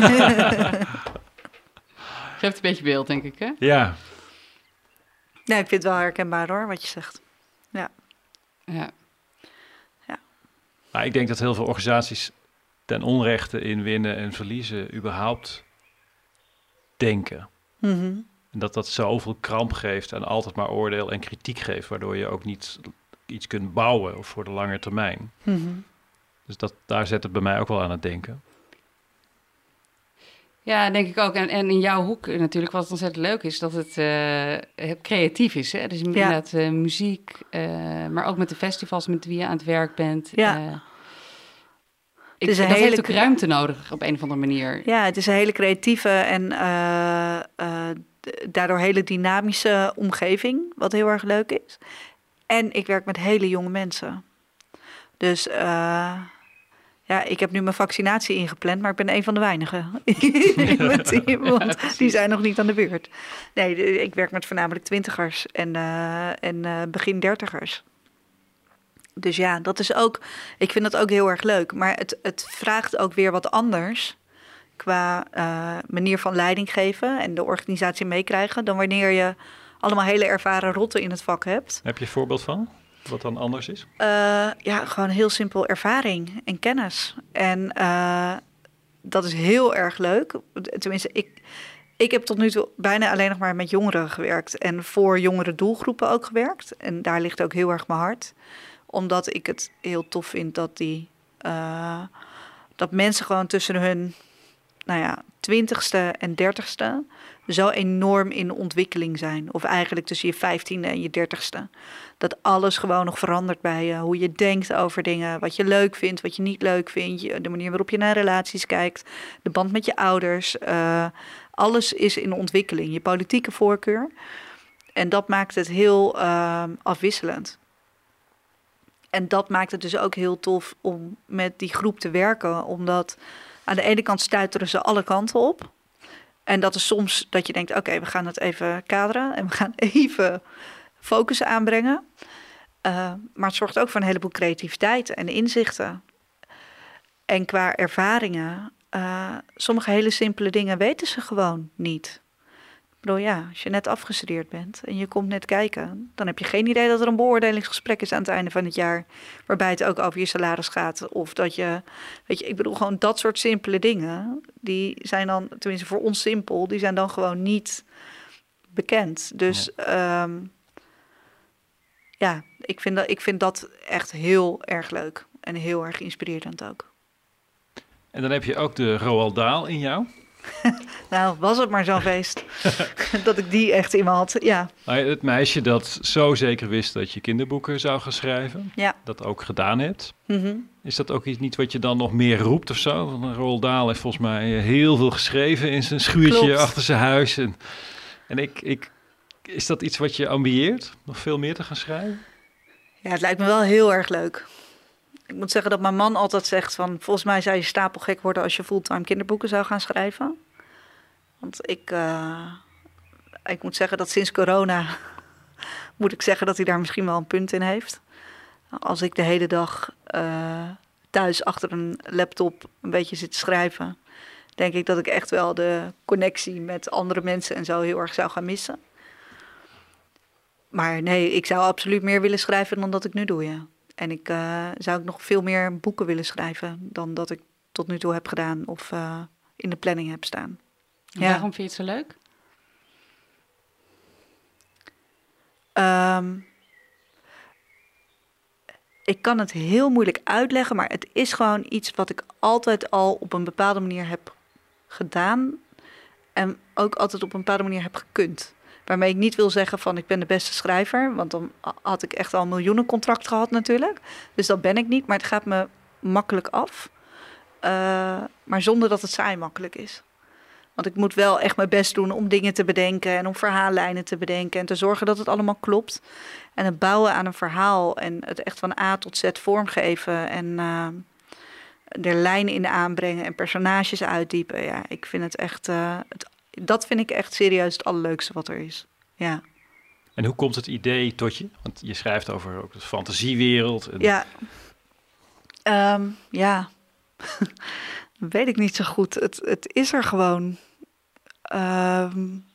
Geeft een beetje beeld, denk ik, hè? Ja. Nee, ik vind het wel herkenbaar hoor, wat je zegt. Ja. Ja. Ja. Maar ik denk dat heel veel organisaties ten onrechte in winnen en verliezen überhaupt denken. Mm-hmm. En dat dat zoveel kramp geeft en altijd maar oordeel en kritiek geeft, waardoor je ook niet iets kunt bouwen of voor de lange termijn. Mm-hmm. Dus dat, daar zet het bij mij ook wel aan het denken. Ja, denk ik ook. En, en in jouw hoek natuurlijk, wat ontzettend leuk is, dat het uh, creatief is. Hè? Dus ja. inderdaad uh, muziek, uh, maar ook met de festivals met wie je aan het werk bent. Ja. Uh, ik, dat hele... heeft ook ruimte nodig op een of andere manier. Ja, het is een hele creatieve en uh, uh, daardoor hele dynamische omgeving, wat heel erg leuk is. En ik werk met hele jonge mensen. Dus uh, ja, ik heb nu mijn vaccinatie ingepland, maar ik ben een van de weinigen in mijn team, want ja, die zijn nog niet aan de beurt. Nee, ik werk met voornamelijk twintigers en, uh, en uh, begin dertigers. Dus ja, dat is ook, ik vind dat ook heel erg leuk. Maar het, het vraagt ook weer wat anders qua uh, manier van leiding geven en de organisatie meekrijgen dan wanneer je allemaal hele ervaren rotten in het vak hebt. Heb je een voorbeeld van wat dan anders is? Uh, ja, gewoon heel simpel ervaring en kennis. En uh, dat is heel erg leuk. Tenminste, ik, ik heb tot nu toe bijna alleen nog maar met jongeren gewerkt. En voor jongere doelgroepen ook gewerkt. En daar ligt ook heel erg mijn hart. Omdat ik het heel tof vind dat die uh, dat mensen gewoon tussen hun nou ja, twintigste en dertigste zo enorm in ontwikkeling zijn. Of eigenlijk tussen je vijftiende en je dertigste. Dat alles gewoon nog verandert bij je. Hoe je denkt over dingen. Wat je leuk vindt, wat je niet leuk vindt. De manier waarop je naar relaties kijkt. De band met je ouders. Uh, alles is in ontwikkeling. Je politieke voorkeur. En dat maakt het heel uh, afwisselend. En dat maakt het dus ook heel tof om met die groep te werken. Omdat aan de ene kant stuiteren ze alle kanten op. En dat is soms dat je denkt, oké, okay, we gaan het even kaderen. En we gaan even focus aanbrengen. Uh, maar het zorgt ook voor een heleboel creativiteit en inzichten. En qua ervaringen, uh, sommige hele simpele dingen weten ze gewoon niet. Ik bedoel, ja, als je net afgestudeerd bent en je komt net kijken, dan heb je geen idee dat er een beoordelingsgesprek is aan het einde van het jaar, waarbij het ook over je salaris gaat. Of dat je, weet je, ik bedoel, gewoon dat soort simpele dingen, die zijn dan, tenminste voor ons simpel, die zijn dan gewoon niet bekend. Dus ja, um, ja ik, vind dat, ik vind dat echt heel erg leuk en heel erg inspirerend ook. En dan heb je ook de Roald Dahl in jou. Nou, was het maar zo'n feest dat ik die echt in me had, ja. Het meisje dat zo zeker wist dat je kinderboeken zou gaan schrijven, ja. dat ook gedaan hebt. Mm-hmm. Is dat ook iets niet wat je dan nog meer roept of zo? Want Roald Dahl heeft volgens mij heel veel geschreven in zijn schuurtje Klopt. achter zijn huis. En, en ik, ik, is dat iets wat je ambieert, nog veel meer te gaan schrijven? Ja, het lijkt me wel heel erg leuk. Ik moet zeggen dat mijn man altijd zegt van, volgens mij zou je stapelgek worden als je fulltime kinderboeken zou gaan schrijven. Want ik, uh, ik moet zeggen dat sinds corona moet ik zeggen dat hij daar misschien wel een punt in heeft. Als ik de hele dag uh, thuis achter een laptop een beetje zit te schrijven, denk ik dat ik echt wel de connectie met andere mensen en zo heel erg zou gaan missen. Maar nee, ik zou absoluut meer willen schrijven dan dat ik nu doe, ja. En ik uh, zou ook nog veel meer boeken willen schrijven dan dat ik tot nu toe heb gedaan of uh, in de planning heb staan. Ja. Waarom vind je het zo leuk? Um, ik kan het heel moeilijk uitleggen, maar het is gewoon iets wat ik altijd al op een bepaalde manier heb gedaan. En ook altijd op een bepaalde manier heb gekund. Waarmee ik niet wil zeggen van ik ben de beste schrijver. Want dan had ik echt al een miljoenencontract gehad natuurlijk. Dus dat ben ik niet. Maar het gaat me makkelijk af. Uh, maar zonder dat het saai makkelijk is. Want ik moet wel echt mijn best doen om dingen te bedenken en om verhaallijnen te bedenken en te zorgen dat het allemaal klopt. En het bouwen aan een verhaal en het echt van A tot Z vormgeven en uh, er lijnen in aanbrengen en personages uitdiepen. Ja, ik vind het echt, uh, het, dat vind ik echt serieus het allerleukste wat er is. Ja. En hoe komt het idee tot je? Want je schrijft over ook de fantasiewereld. En... Ja, um, ja. weet ik niet zo goed. Het, het is er gewoon. Um,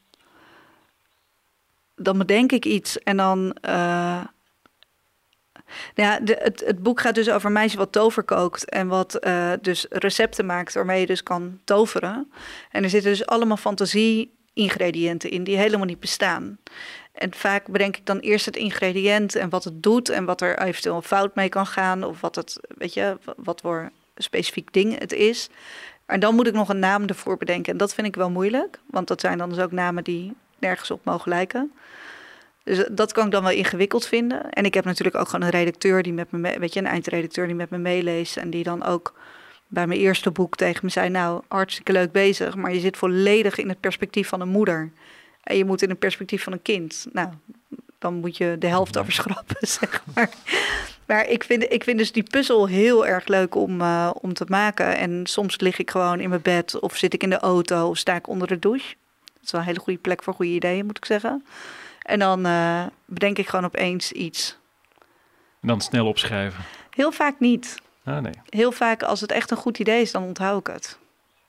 dan bedenk ik iets en dan... Uh, ja, de, het, het boek gaat dus over een meisje wat tover kookt en wat uh, dus recepten maakt waarmee je dus kan toveren. En er zitten dus allemaal fantasie-ingrediënten in die helemaal niet bestaan. En vaak bedenk ik dan eerst het ingrediënt en wat het doet en wat er eventueel fout mee kan gaan of wat het, weet je, wat voor specifiek ding het is. En dan moet ik nog een naam ervoor bedenken. En dat vind ik wel moeilijk, want dat zijn dan dus ook namen die nergens op mogen lijken. Dus dat kan ik dan wel ingewikkeld vinden. En ik heb natuurlijk ook gewoon een redacteur die met me, mee, weet je, een eindredacteur die met me meeleest en die dan ook bij mijn eerste boek tegen me zei, nou, hartstikke leuk bezig, maar je zit volledig in het perspectief van een moeder. En je moet in het perspectief van een kind. Nou, dan moet je de helft overschrappen, zeg maar. Maar ik vind, ik vind dus die puzzel heel erg leuk om, uh, om te maken. En soms lig ik gewoon in mijn bed of zit ik in de auto of sta ik onder de douche. Dat is wel een hele goede plek voor goede ideeën, moet ik zeggen. En dan uh, bedenk ik gewoon opeens iets. En dan snel opschrijven? Heel vaak niet. Ah, nee. Heel vaak als het echt een goed idee is, dan onthoud ik het.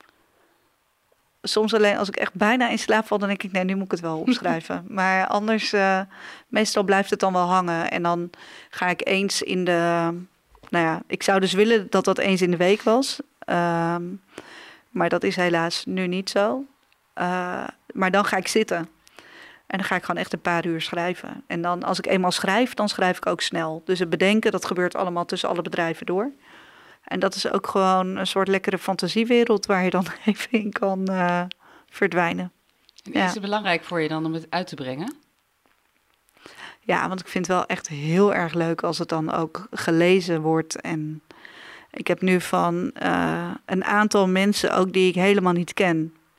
Soms alleen als ik echt bijna in slaap val, dan denk ik, nee, nu moet ik het wel opschrijven. Maar anders, uh, meestal blijft het dan wel hangen. En dan ga ik eens in de... Nou ja, ik zou dus willen dat dat eens in de week was. Um, maar dat is helaas nu niet zo. Uh, maar dan ga ik zitten. En dan ga ik gewoon echt een paar uur schrijven. En dan als ik eenmaal schrijf, dan schrijf ik ook snel. Dus het bedenken, dat gebeurt allemaal tussen alle bedrijven door. En dat is ook gewoon een soort lekkere fantasiewereld waar je dan even in kan uh, verdwijnen. En is ja. het belangrijk voor je dan om het uit te brengen? Ja, want ik vind het wel echt heel erg leuk als het dan ook gelezen wordt. En ik heb nu van uh, een aantal mensen ook die ik helemaal niet ken.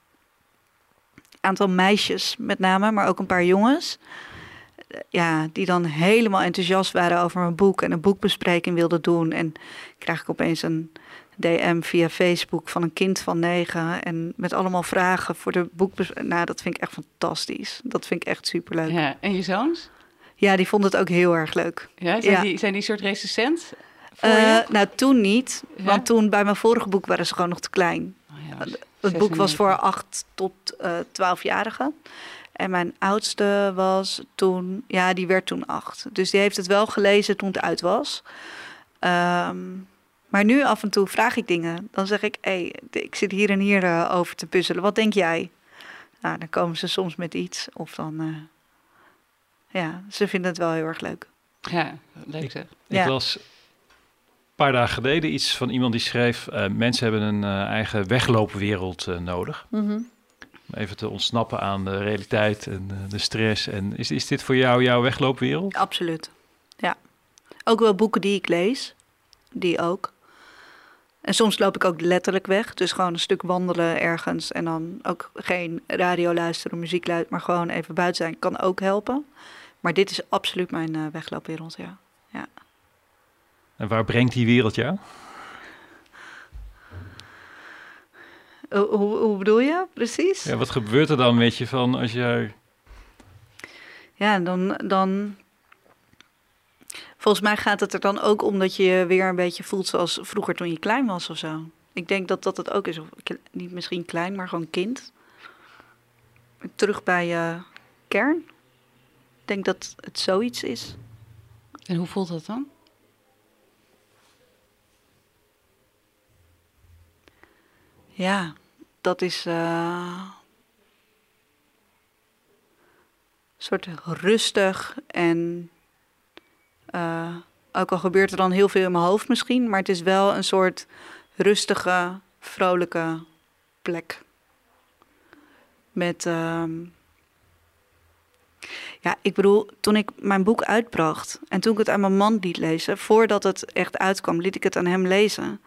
Een aantal meisjes met name, maar ook een paar jongens. Ja, die dan helemaal enthousiast waren over mijn boek en een boekbespreking wilden doen. En krijg ik opeens een D M via Facebook van een kind van negen en met allemaal vragen voor de boekbespreking. Nou, dat vind ik echt fantastisch. Dat vind ik echt superleuk. Ja, en je zoons? Ja, die vonden het ook heel erg leuk. Ja, zijn, ja. Die, zijn die soort recensent voor uh, je? Nou, toen niet. Ja? Want toen bij mijn vorige boek waren ze gewoon nog te klein. Oh ja, het het boek was voor acht tot twaalfjarigen. En mijn oudste was toen, ja, die werd toen acht. Dus die heeft het wel gelezen toen het uit was. Um, maar nu af en toe vraag ik dingen. Dan zeg ik, hé, hey, ik zit hier en hier uh, over te puzzelen. Wat denk jij? Nou, dan komen ze soms met iets. Of dan, uh, ja, ze vinden het wel heel erg leuk. Ja, leuk zeg. Ik, ja. ik las een paar dagen geleden iets van iemand die schreef, Uh, mensen hebben een uh, eigen wegloopwereld uh, nodig. Mm-hmm. Even te ontsnappen aan de realiteit en de stress. En is, is dit voor jou jouw wegloopwereld? Absoluut, ja. Ook wel boeken die ik lees, die ook. En soms loop ik ook letterlijk weg. Dus gewoon een stuk wandelen ergens. En dan ook geen radio luisteren, muziek luisteren, maar gewoon even buiten zijn kan ook helpen. Maar dit is absoluut mijn uh, wegloopwereld, ja. ja. En waar brengt die wereld jou? Hoe, hoe, hoe bedoel je precies? Ja, wat gebeurt er dan met je van als jij... Ja, dan, dan... Volgens mij gaat het er dan ook om dat je je weer een beetje voelt zoals vroeger toen je klein was of zo. Ik denk dat dat het ook is. Of, niet misschien klein, maar gewoon kind. Terug bij je kern. Ik denk dat het zoiets is. En hoe voelt dat dan? Ja, dat is uh, een soort rustig en uh, ook al gebeurt er dan heel veel in mijn hoofd misschien, maar het is wel een soort rustige, vrolijke plek. Met, uh, ja, ik bedoel, toen ik mijn boek uitbracht en toen ik het aan mijn man liet lezen, voordat het echt uitkwam, liet ik het aan hem lezen.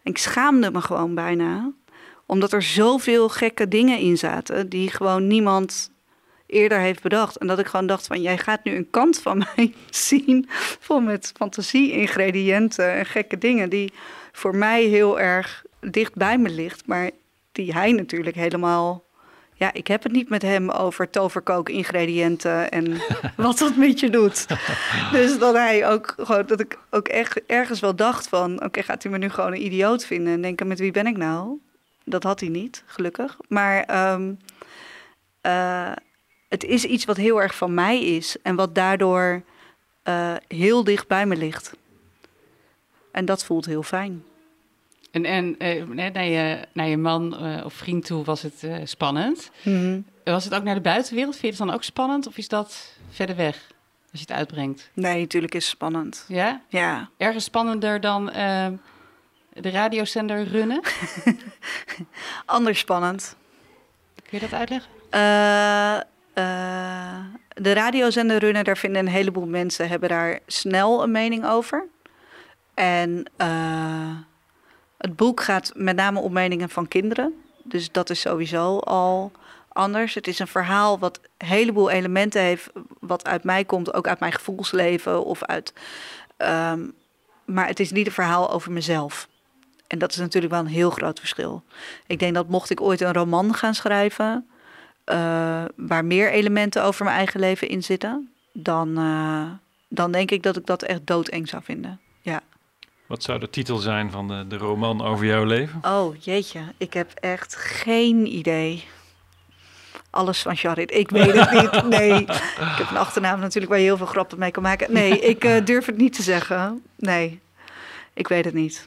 En ik schaamde me gewoon bijna. Omdat er zoveel gekke dingen in zaten die gewoon niemand eerder heeft bedacht. En dat ik gewoon dacht van, jij gaat nu een kant van mij zien vol met fantasie-ingrediënten en gekke dingen die voor mij heel erg dicht bij me ligt. Maar die hij natuurlijk helemaal... Ja, ik heb het niet met hem over toverkook-ingrediënten en wat dat met je doet. Dus dat hij ook gewoon, dat ik ook echt ergens wel dacht van, oké, okay, gaat hij me nu gewoon een idioot vinden en denken, met wie ben ik nou? Dat had hij niet, gelukkig. Maar um, uh, het is iets wat heel erg van mij is en wat daardoor uh, heel dicht bij me ligt. En dat voelt heel fijn. En, en uh, naar, je, naar je man uh, of vriend toe was het uh, spannend. Mm-hmm. Was het ook naar de buitenwereld? Vind je het dan ook spannend? Of is dat verder weg als je het uitbrengt? Nee, natuurlijk is het spannend. Ja? Ja. Ergens spannender dan uh, de radiozender runnen? Anders spannend. Kun je dat uitleggen? Uh, uh, de radiozender runnen, daar vinden een heleboel mensen... hebben daar snel een mening over. En... Uh, Het boek gaat met name om meningen van kinderen. Dus dat is sowieso al anders. Het is een verhaal wat een heleboel elementen heeft... wat uit mij komt, ook uit mijn gevoelsleven. Of uit, um, maar het is niet een verhaal over mezelf. En dat is natuurlijk wel een heel groot verschil. Ik denk dat mocht ik ooit een roman gaan schrijven... Uh, waar meer elementen over mijn eigen leven in zitten... dan, uh, dan denk ik dat ik dat echt doodeng zou vinden. Ja. Wat zou de titel zijn van de, de roman over jouw leven? Oh, jeetje. Ik heb echt geen idee. Alles van Charit. Ik weet het niet. Nee. Ik heb een achternaam natuurlijk waar je heel veel grappen mee kan maken. Nee, ik uh, durf het niet te zeggen. Nee. Ik weet het niet.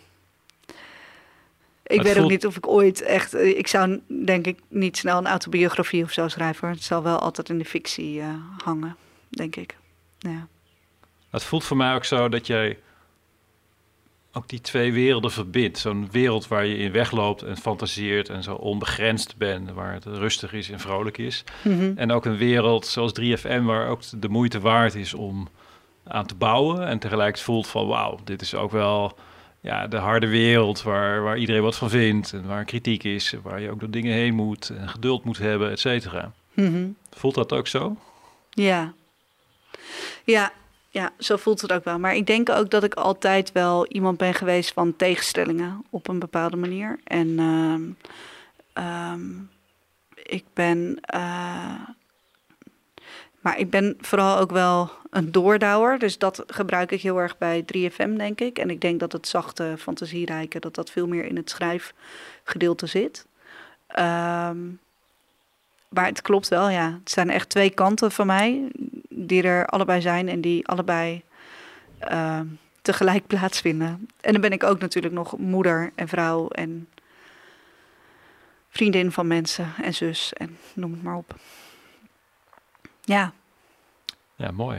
Ik weet voelt... ook niet of ik ooit echt... Uh, ik zou denk ik niet snel een autobiografie of zo schrijven. Het zal wel altijd in de fictie uh, hangen, denk ik. Ja. Het voelt voor mij ook zo dat jij... ook die twee werelden verbindt. Zo'n wereld waar je in wegloopt en fantaseert... en zo onbegrensd bent, waar het rustig is en vrolijk is. Mm-hmm. En ook een wereld zoals drie F M... waar ook de moeite waard is om aan te bouwen... en tegelijk voelt van wauw, dit is ook wel ja, de harde wereld... Waar, waar iedereen wat van vindt en waar kritiek is... en waar je ook door dingen heen moet en geduld moet hebben, et cetera. Mm-hmm. Voelt dat ook zo? Ja. Ja. Ja, zo voelt het ook wel. Maar ik denk ook dat ik altijd wel iemand ben geweest van tegenstellingen op een bepaalde manier. En um, um, ik ben... Uh, maar ik ben vooral ook wel een doordouwer. Dus dat gebruik ik heel erg bij drie F M, denk ik. En ik denk dat het zachte, fantasierijke... dat dat veel meer in het schrijfgedeelte zit. Um, maar het klopt wel, ja. Het zijn echt twee kanten van mij... die er allebei zijn en die allebei uh, tegelijk plaatsvinden. En dan ben ik ook natuurlijk nog moeder en vrouw en vriendin van mensen en zus en noem het maar op. Ja. Ja, mooi.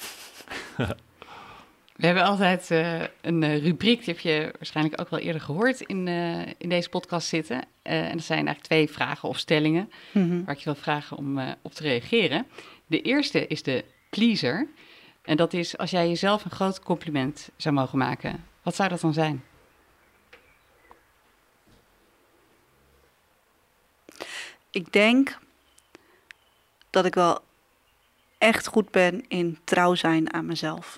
We hebben altijd uh, een uh, rubriek, die heb je waarschijnlijk ook wel eerder gehoord in, uh, in deze podcast zitten. Uh, en dat zijn eigenlijk twee vragen of stellingen Mm-hmm. waar ik je wil vragen om uh, op te reageren. De eerste is de pleaser. En dat is als jij jezelf een groot compliment zou mogen maken. Wat zou dat dan zijn? Ik denk dat ik wel echt goed ben in trouw zijn aan mezelf.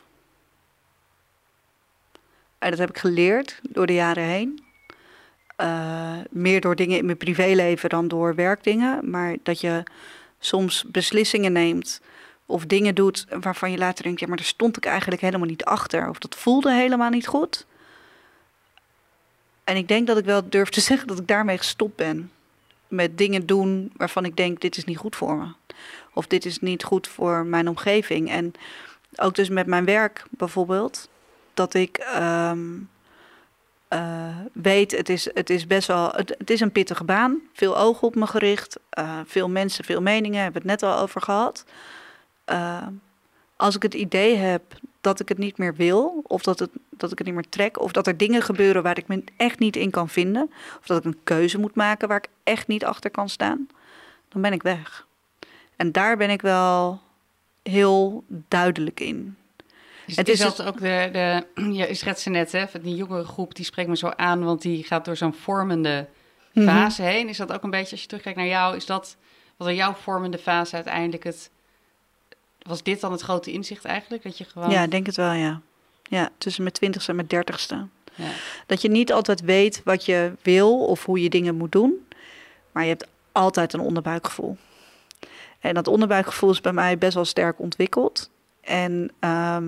En dat heb ik geleerd door de jaren heen. Uh, meer door dingen in mijn privéleven dan door werkdingen. Maar dat je soms beslissingen neemt of dingen doet waarvan je later denkt... ja, maar daar stond ik eigenlijk helemaal niet achter. Of dat voelde helemaal niet goed. En ik denk dat ik wel durf te zeggen dat ik daarmee gestopt ben. Met dingen doen waarvan ik denk, dit is niet goed voor me. Of dit is niet goed voor mijn omgeving. En ook dus met mijn werk bijvoorbeeld. Dat ik um, uh, weet, het is, het is best wel... Het, het is een pittige baan. Veel ogen op me gericht. Uh, veel mensen, veel meningen. Hebben we het net al over gehad. Uh, als ik het idee heb dat ik het niet meer wil... of dat, het, dat ik het niet meer trek... of dat er dingen gebeuren waar ik me echt niet in kan vinden... of dat ik een keuze moet maken waar ik echt niet achter kan staan... dan ben ik weg. En daar ben ik wel heel duidelijk in. Dus het is is dat het- ook de, de je schetste net, hè, van die jongere groep, die spreekt me zo aan, want die gaat door zo'n vormende Mhm. fase heen. Is dat ook een beetje, als je terugkijkt naar jou, is dat, was er jouw vormende fase uiteindelijk het, was dit dan het grote inzicht eigenlijk? Dat je gewoon... Ja, ik denk het wel, ja. Ja, tussen mijn twintigste en mijn dertigste. Ja. Dat je niet altijd weet wat je wil of hoe je dingen moet doen. Maar je hebt altijd een onderbuikgevoel. En dat onderbuikgevoel is bij mij best wel sterk ontwikkeld. En ehm,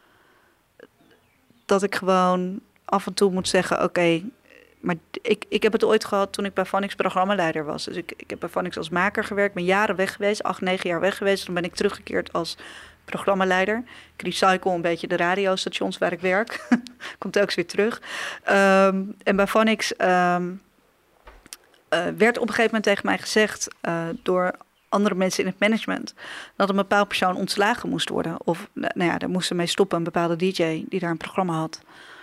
dat ik gewoon af en toe moet zeggen, oké, maar ik, ik heb het ooit gehad toen ik bij Phonics programmaleider was. Dus ik, ik heb bij Phonics als maker gewerkt, ben jaren weg geweest, acht, negen jaar weg geweest. Toen ben ik teruggekeerd als programmaleider. Ik recycle een beetje de radiostations waar ik werk. Komt telkens weer terug. Ehm, en bij Phonics ehm, uh, werd op een gegeven moment tegen mij gezegd uh, door andere mensen in het management dat een bepaald persoon ontslagen moest worden. Of nou ja, daar moesten mee stoppen, een bepaalde D J die daar een programma had.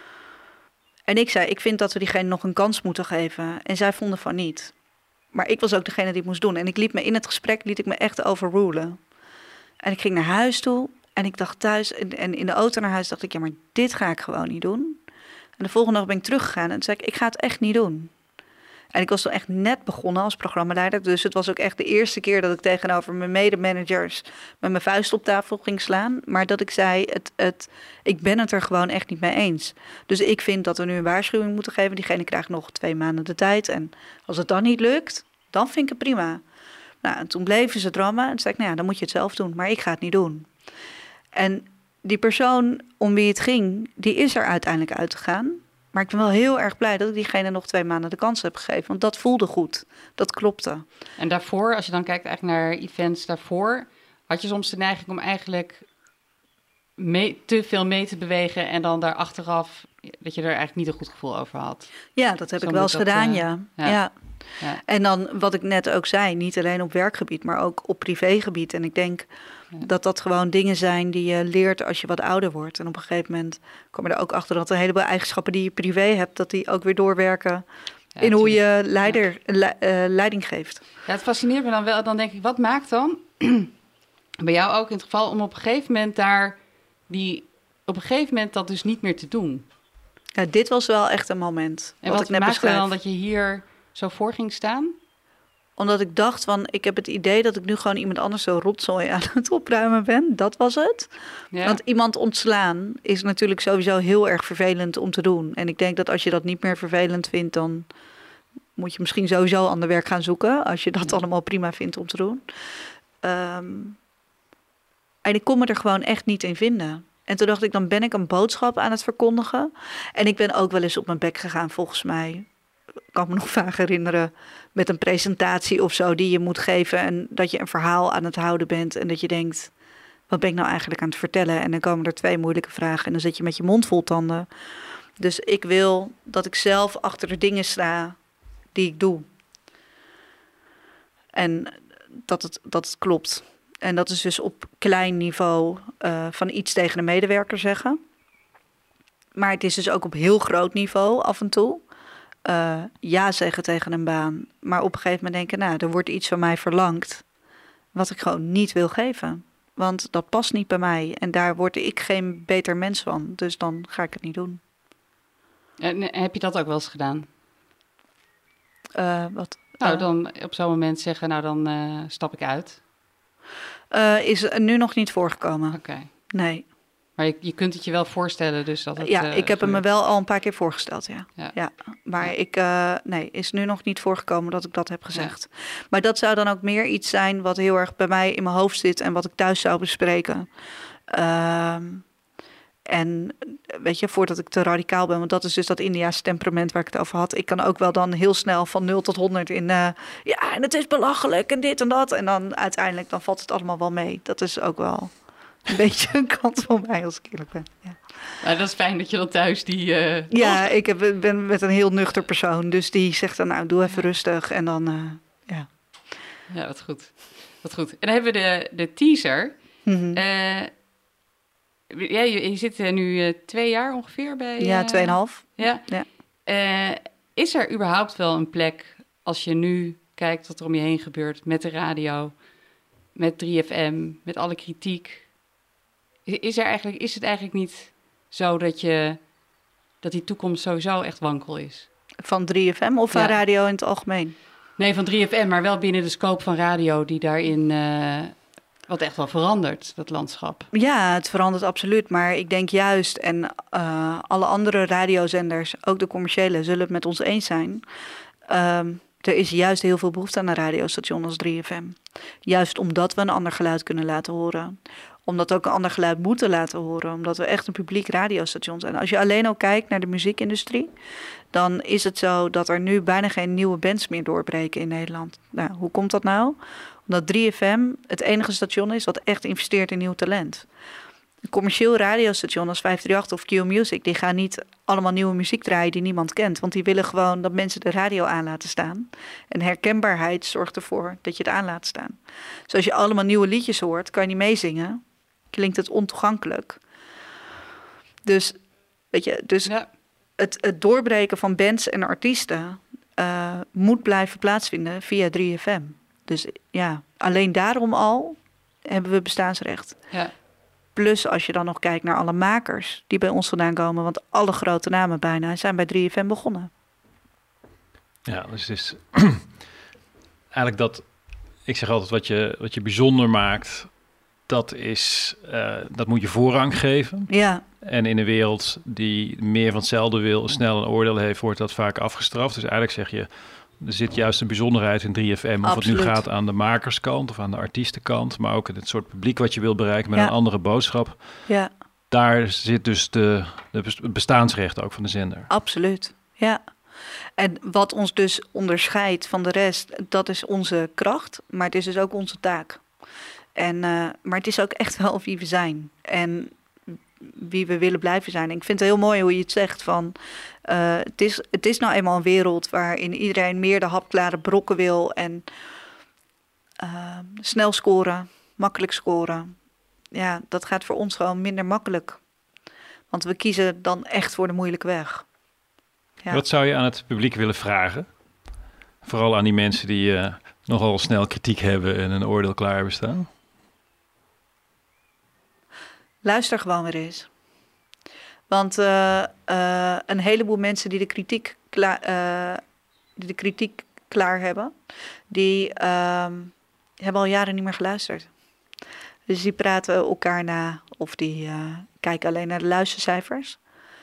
En ik zei, ik vind dat we diegene nog een kans moeten geven. En zij vonden van niet. Maar ik was ook degene die het moest doen. En ik liet me in het gesprek, liet ik me echt overrulen. En ik ging naar huis toe. En ik dacht thuis, en, en in de auto naar huis dacht ik, ja, maar dit ga ik gewoon niet doen. En de volgende dag ben ik teruggegaan en toen zei ik, ik ga het echt niet doen. En ik was toen echt net begonnen als programmaleider. Dus het was ook echt de eerste keer dat ik tegenover mijn medemanagers met mijn vuist op tafel ging slaan. Maar dat ik zei, het, het, ik ben het er gewoon echt niet mee eens. Dus ik vind dat we nu een waarschuwing moeten geven. Diegene krijgt nog twee maanden de tijd. En als het dan niet lukt, dan vind ik het prima. Nou, en toen bleven ze drammen. En toen zei ik, nou ja, dan moet je het zelf doen. Maar ik ga het niet doen. En die persoon om wie het ging, die is er uiteindelijk uitgegaan. Maar ik ben wel heel erg blij dat ik diegene nog twee maanden de kans heb gegeven. Want dat voelde goed. Dat klopte. En daarvoor, als je dan kijkt eigenlijk naar events daarvoor, had je soms de neiging om eigenlijk mee, te veel mee te bewegen en dan daar achteraf dat je er eigenlijk niet een goed gevoel over had. Ja, dat heb Zo ik wel moet eens dat, gedaan, uh, ja. ja. ja. Ja. En dan wat ik net ook zei, niet alleen op werkgebied, maar ook op privégebied. En ik denk Ja. dat dat gewoon dingen zijn die je leert als je wat ouder wordt. En op een gegeven moment kom je er ook achter dat een heleboel eigenschappen die je privé hebt, dat die ook weer doorwerken Ja, in hoe tuurlijk. je leider, le- uh, leiding geeft. Ja, het fascineert me dan wel. Dan denk ik, wat maakt dan bij jou ook in het geval om op een gegeven moment daar die op een gegeven moment dat dus niet meer te doen? Ja, dit was wel echt een moment. En wat, wat ik net maakte beschrijf. dan dat je hier zo voor ging staan? Omdat ik dacht van, ik heb het idee dat ik nu gewoon iemand anders zo rotzooi aan het opruimen ben. Dat was het. Ja. Want iemand ontslaan is natuurlijk sowieso heel erg vervelend om te doen. En ik denk dat als je dat niet meer vervelend vindt, dan moet je misschien sowieso ander werk gaan zoeken. Als je dat allemaal prima vindt om te doen. Um, en ik kon me er gewoon echt niet in vinden. En toen dacht ik, dan ben ik een boodschap aan het verkondigen. En ik ben ook wel eens op mijn bek gegaan, volgens mij. Ik kan me nog vaak herinneren met een presentatie of zo die je moet geven. En dat je een verhaal aan het houden bent. En dat je denkt, wat ben ik nou eigenlijk aan het vertellen? En dan komen er twee moeilijke vragen en dan zit je met je mond vol tanden. Dus ik wil dat ik zelf achter de dingen sta die ik doe. En dat het, dat het klopt. En dat is dus op klein niveau uh, van iets tegen een medewerker zeggen. Maar het is dus ook op heel groot niveau af en toe. Uh, ja zeggen tegen een baan. Maar op een gegeven moment denken, nou, er wordt iets van mij verlangd wat ik gewoon niet wil geven. Want dat past niet bij mij. En daar word ik geen beter mens van. Dus dan ga ik het niet doen. En heb je dat ook wel eens gedaan? Uh, wat? Nou, uh, dan op zo'n moment zeggen, nou, dan uh, stap ik uit. Uh, is nu nog niet voorgekomen. Oké. Okay. Nee. Maar je, je kunt het je wel voorstellen, dus dat het... Ja, uh, ik heb gebeurt. hem me wel al een paar keer voorgesteld, ja. Ja. ja. Maar ja. ik, uh, nee, is nu nog niet voorgekomen dat ik dat heb gezegd. Ja. Maar dat zou dan ook meer iets zijn wat heel erg bij mij in mijn hoofd zit en wat ik thuis zou bespreken. Uh, en weet je, voordat ik te radicaal ben, want dat is dus dat India's temperament waar ik het over had. Ik kan ook wel dan heel snel van nul tot honderd in, uh, ja, en het is belachelijk en dit en dat. En dan uiteindelijk, dan valt het allemaal wel mee. Dat is ook wel een beetje een kant van mij, als ik eerlijk ben. Ja, nou, dat is fijn dat je dan thuis die... Uh, ja, ik heb, ben met een heel nuchter persoon, dus die zegt dan, nou, doe even ja. rustig en dan, uh, ja. Ja, wat goed. Wat goed. En dan hebben we de, de teaser. Mm-hmm. Uh, Ja, je, je zit nu uh, twee jaar ongeveer bij... Uh, ja, tweeënhalf. Ja. ja. Uh, is er überhaupt wel een plek, als je nu kijkt wat er om je heen gebeurt... met de radio, met drie F M, met alle kritiek... Is, er eigenlijk, is het eigenlijk niet zo dat, je, dat die toekomst sowieso echt wankel is? Van drie F M of van Ja. radio in het algemeen? Nee, van drie F M, maar wel binnen de scope van radio die daarin... Uh, wat echt wel verandert, dat landschap. Ja, het verandert absoluut. Maar ik denk juist, en uh, alle andere radiozenders, ook de commerciële, zullen het met ons eens zijn. Um, er is juist heel veel behoefte aan een radiostation als drie F M. Juist omdat we een ander geluid kunnen laten horen. Omdat we ook een ander geluid moeten laten horen. Omdat we echt een publiek radiostation zijn. Als je alleen al kijkt naar de muziekindustrie, dan is het zo dat er nu bijna geen nieuwe bands meer doorbreken in Nederland. Nou, hoe komt dat nou? Omdat drie F M het enige station is wat echt investeert in nieuw talent. Een commercieel radiostation als vijf drie acht of Q Music, die gaan niet allemaal nieuwe muziek draaien die niemand kent. Want die willen gewoon dat mensen de radio aan laten staan. En herkenbaarheid zorgt ervoor dat je het aan laat staan. Dus als je allemaal nieuwe liedjes hoort, kan je niet meezingen. Klinkt het ontoegankelijk. Dus, weet je, dus ja. het, het doorbreken van bands en artiesten uh, moet blijven plaatsvinden via drie F M. Dus ja, alleen daarom al hebben we bestaansrecht. Ja. Plus als je dan nog kijkt naar alle makers die bij ons vandaan komen. Want alle grote namen bijna zijn bij drie F M begonnen. Ja, dus het is eigenlijk dat... Ik zeg altijd, wat je, wat je bijzonder maakt, dat, is, uh, dat moet je voorrang geven. Ja. En in een wereld die meer van hetzelfde wil, snel een oordeel heeft, wordt dat vaak afgestraft. Dus eigenlijk zeg je... Er zit juist een bijzonderheid in drie F M. Of Absoluut. Het nu gaat aan de makerskant of aan de artiestenkant. Maar ook het soort publiek wat je wil bereiken met ja. een andere boodschap. Ja. Daar zit dus de, de bestaansrecht ook van de zender. Absoluut, ja. En wat ons dus onderscheidt van de rest, dat is onze kracht. Maar het is dus ook onze taak. En, uh, maar het is ook echt wel wie we zijn. En wie we willen blijven zijn. En ik vind het heel mooi hoe je het zegt van... Uh, het, is, het is nou eenmaal een wereld waarin iedereen meer de hapklare brokken wil... en uh, snel scoren, makkelijk scoren. Ja, dat gaat voor ons gewoon minder makkelijk. Want we kiezen dan echt voor de moeilijke weg. Ja. Wat zou je aan het publiek willen vragen? Vooral aan die mensen die uh, nogal snel kritiek hebben en een oordeel klaar hebben staan. Luister gewoon weer eens. Want uh, uh, een heleboel mensen die de kritiek klaar, uh, die de kritiek klaar hebben, die uh, hebben al jaren niet meer geluisterd. Dus die praten elkaar na of die uh, kijken alleen naar de luistercijfers.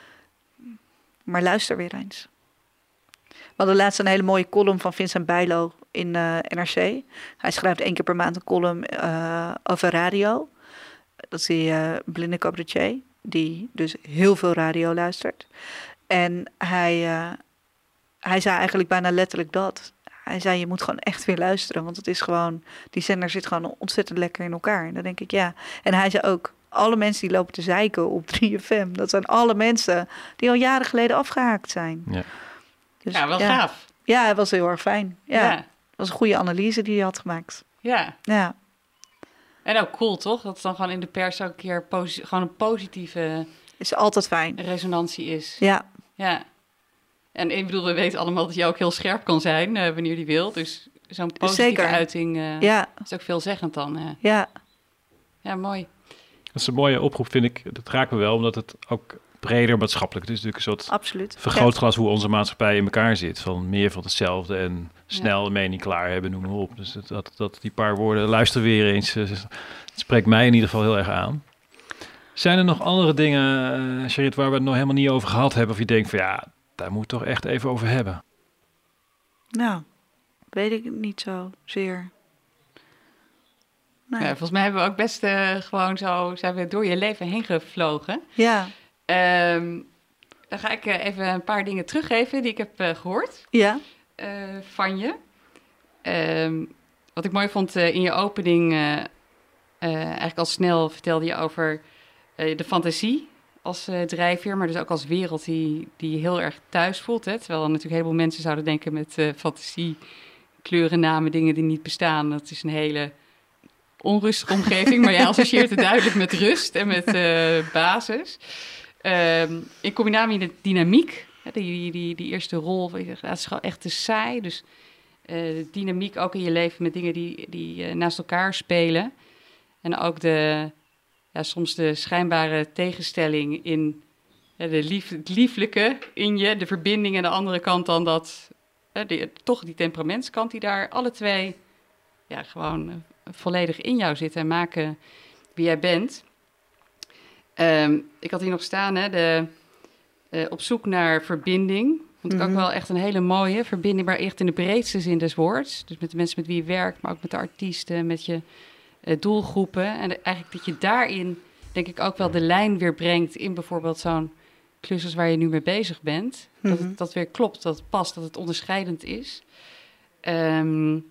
Maar luister weer eens. We hadden laatst een hele mooie column van Vincent Bijlo in uh, N R C. Hij schrijft één keer per maand een column uh, over radio. Dat is die uh, blinde cabaretier, die dus heel veel radio luistert. En hij, uh, hij zei eigenlijk bijna letterlijk dat. Hij zei, je moet gewoon echt weer luisteren. Want het is gewoon, die zender zit gewoon ontzettend lekker in elkaar. En dan denk ik, ja. En hij zei ook, alle mensen die lopen te zeiken op drie F M... dat zijn alle mensen die al jaren geleden afgehaakt zijn. Ja, dus, ja wel ja. gaaf. Ja, het was heel erg fijn. Ja, ja. Het was een goede analyse die hij had gemaakt. Ja. Ja. En ook cool, toch? Dat het dan gewoon in de pers ook een keer posi- gewoon een positieve... Is altijd fijn. Resonantie is. Ja. Ja. En ik bedoel, we weten allemaal dat je ook heel scherp kan zijn uh, wanneer die wil. Dus zo'n positieve Zeker. uiting uh, ja. is ook veelzeggend dan. Uh. Ja. Ja, mooi. Dat is een mooie oproep, vind ik. Dat raakt me wel, omdat het ook breder maatschappelijk... Het is natuurlijk een soort Absoluut. vergrootglas ja. hoe onze maatschappij in elkaar zit. Van meer van hetzelfde en snel ja. een mening klaar hebben, noem maar op. Dus dat, dat, dat die paar woorden, luister weer eens, uh, spreekt mij in ieder geval heel erg aan. Zijn er nog andere dingen, uh, Charit, waar we het nog helemaal niet over gehad hebben? Of je denkt van ja, daar moet toch echt even over hebben? Nou, weet ik niet zo zeer. Nee. Ja, volgens mij hebben we ook best uh, gewoon zo... zijn we door je leven heen gevlogen. Ja. Um, dan ga ik uh, even een paar dingen teruggeven die ik heb uh, gehoord. Ja. Uh, van je. Um, wat ik mooi vond uh, in je opening... Uh, uh, eigenlijk al snel vertelde je over uh, de fantasie als uh, drijfveer... maar dus ook als wereld die, die je heel erg thuis voelt. Hè? Terwijl natuurlijk een heleboel mensen zouden denken met uh, fantasie... kleuren, namen, dingen die niet bestaan. Dat is een hele... onrustige omgeving, maar jij associeert het duidelijk met rust en met uh, basis. Um, in combinatie met de dynamiek, hè, die, die, die eerste rol, dat is gewoon echt te saai. Dus uh, de dynamiek ook in je leven met dingen die, die uh, naast elkaar spelen. En ook de, ja, soms de schijnbare tegenstelling in ja, de lief, het lieflijke in je, de verbinding en de andere kant dan dat, ja, die, toch die temperamentskant die daar alle twee ja, gewoon uh, volledig in jou zitten en maken wie jij bent. Um, ik had hier nog staan, hè, de, uh, op zoek naar verbinding. Vond ik mm-hmm. ook wel echt een hele mooie verbinding, maar echt in de breedste zin des woords. Dus met de mensen met wie je werkt, maar ook met de artiesten, met je uh, doelgroepen. En de, eigenlijk dat je daarin, denk ik, ook wel de lijn weer brengt in bijvoorbeeld zo'n klus waar je nu mee bezig bent. Mm-hmm. Dat het dat weer klopt, dat het past, dat het onderscheidend is. Um,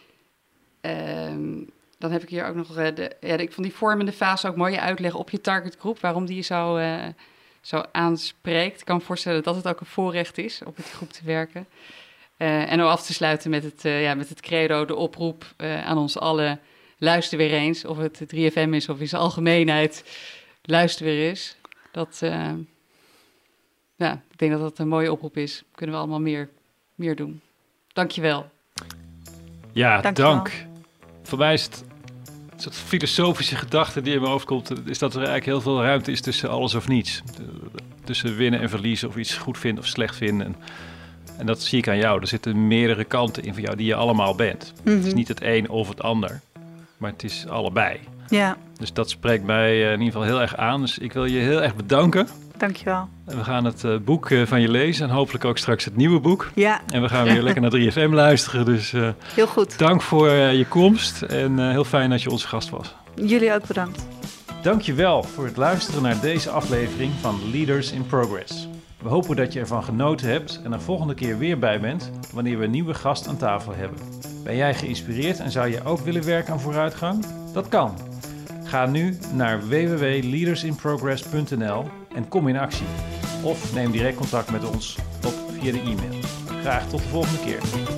um, dan heb ik hier ook nog, uh, de, ja, ik vond die vormende fase ook mooi uitleggen op je targetgroep, waarom die je zo... Uh, zo aanspreekt. Ik kan me voorstellen dat het ook een voorrecht is om met die groep te werken. Uh, en om af te sluiten met het, uh, ja, met het credo, de oproep uh, aan ons allen. Luister weer eens, of het drie F M is of in zijn algemeenheid. Luister weer eens. Dat, uh, ja, ik denk dat dat een mooie oproep is. Kunnen we allemaal meer, meer doen. Dank je wel. Ja, dank. dank. Voor mij is het een soort filosofische gedachte die in mijn hoofd komt, is dat er eigenlijk heel veel ruimte is tussen alles of niets. Tussen winnen en verliezen, of iets goed vinden of slecht vinden. En, en dat zie ik aan jou. Er zitten meerdere kanten in van jou die je allemaal bent. Mm-hmm. Het is niet het een of het ander, maar het is allebei. Ja. Dus dat spreekt mij in ieder geval heel erg aan. Dus ik wil je heel erg bedanken. Dankjewel. We gaan het uh, boek uh, van je lezen en hopelijk ook straks het nieuwe boek. Ja. En we gaan weer lekker naar drie F M luisteren. Dus uh, heel goed. Dank voor uh, je komst en uh, heel fijn dat je onze gast was. Jullie ook bedankt. Dank je wel voor het luisteren naar deze aflevering van Leaders in Progress. We hopen dat je ervan genoten hebt en er volgende keer weer bij bent wanneer we een nieuwe gast aan tafel hebben. Ben jij geïnspireerd en zou je ook willen werken aan vooruitgang? Dat kan. Ga nu naar w w w punt leaders in progress punt n l en kom in actie. Of neem direct contact met ons op via de e-mail. Graag tot de volgende keer.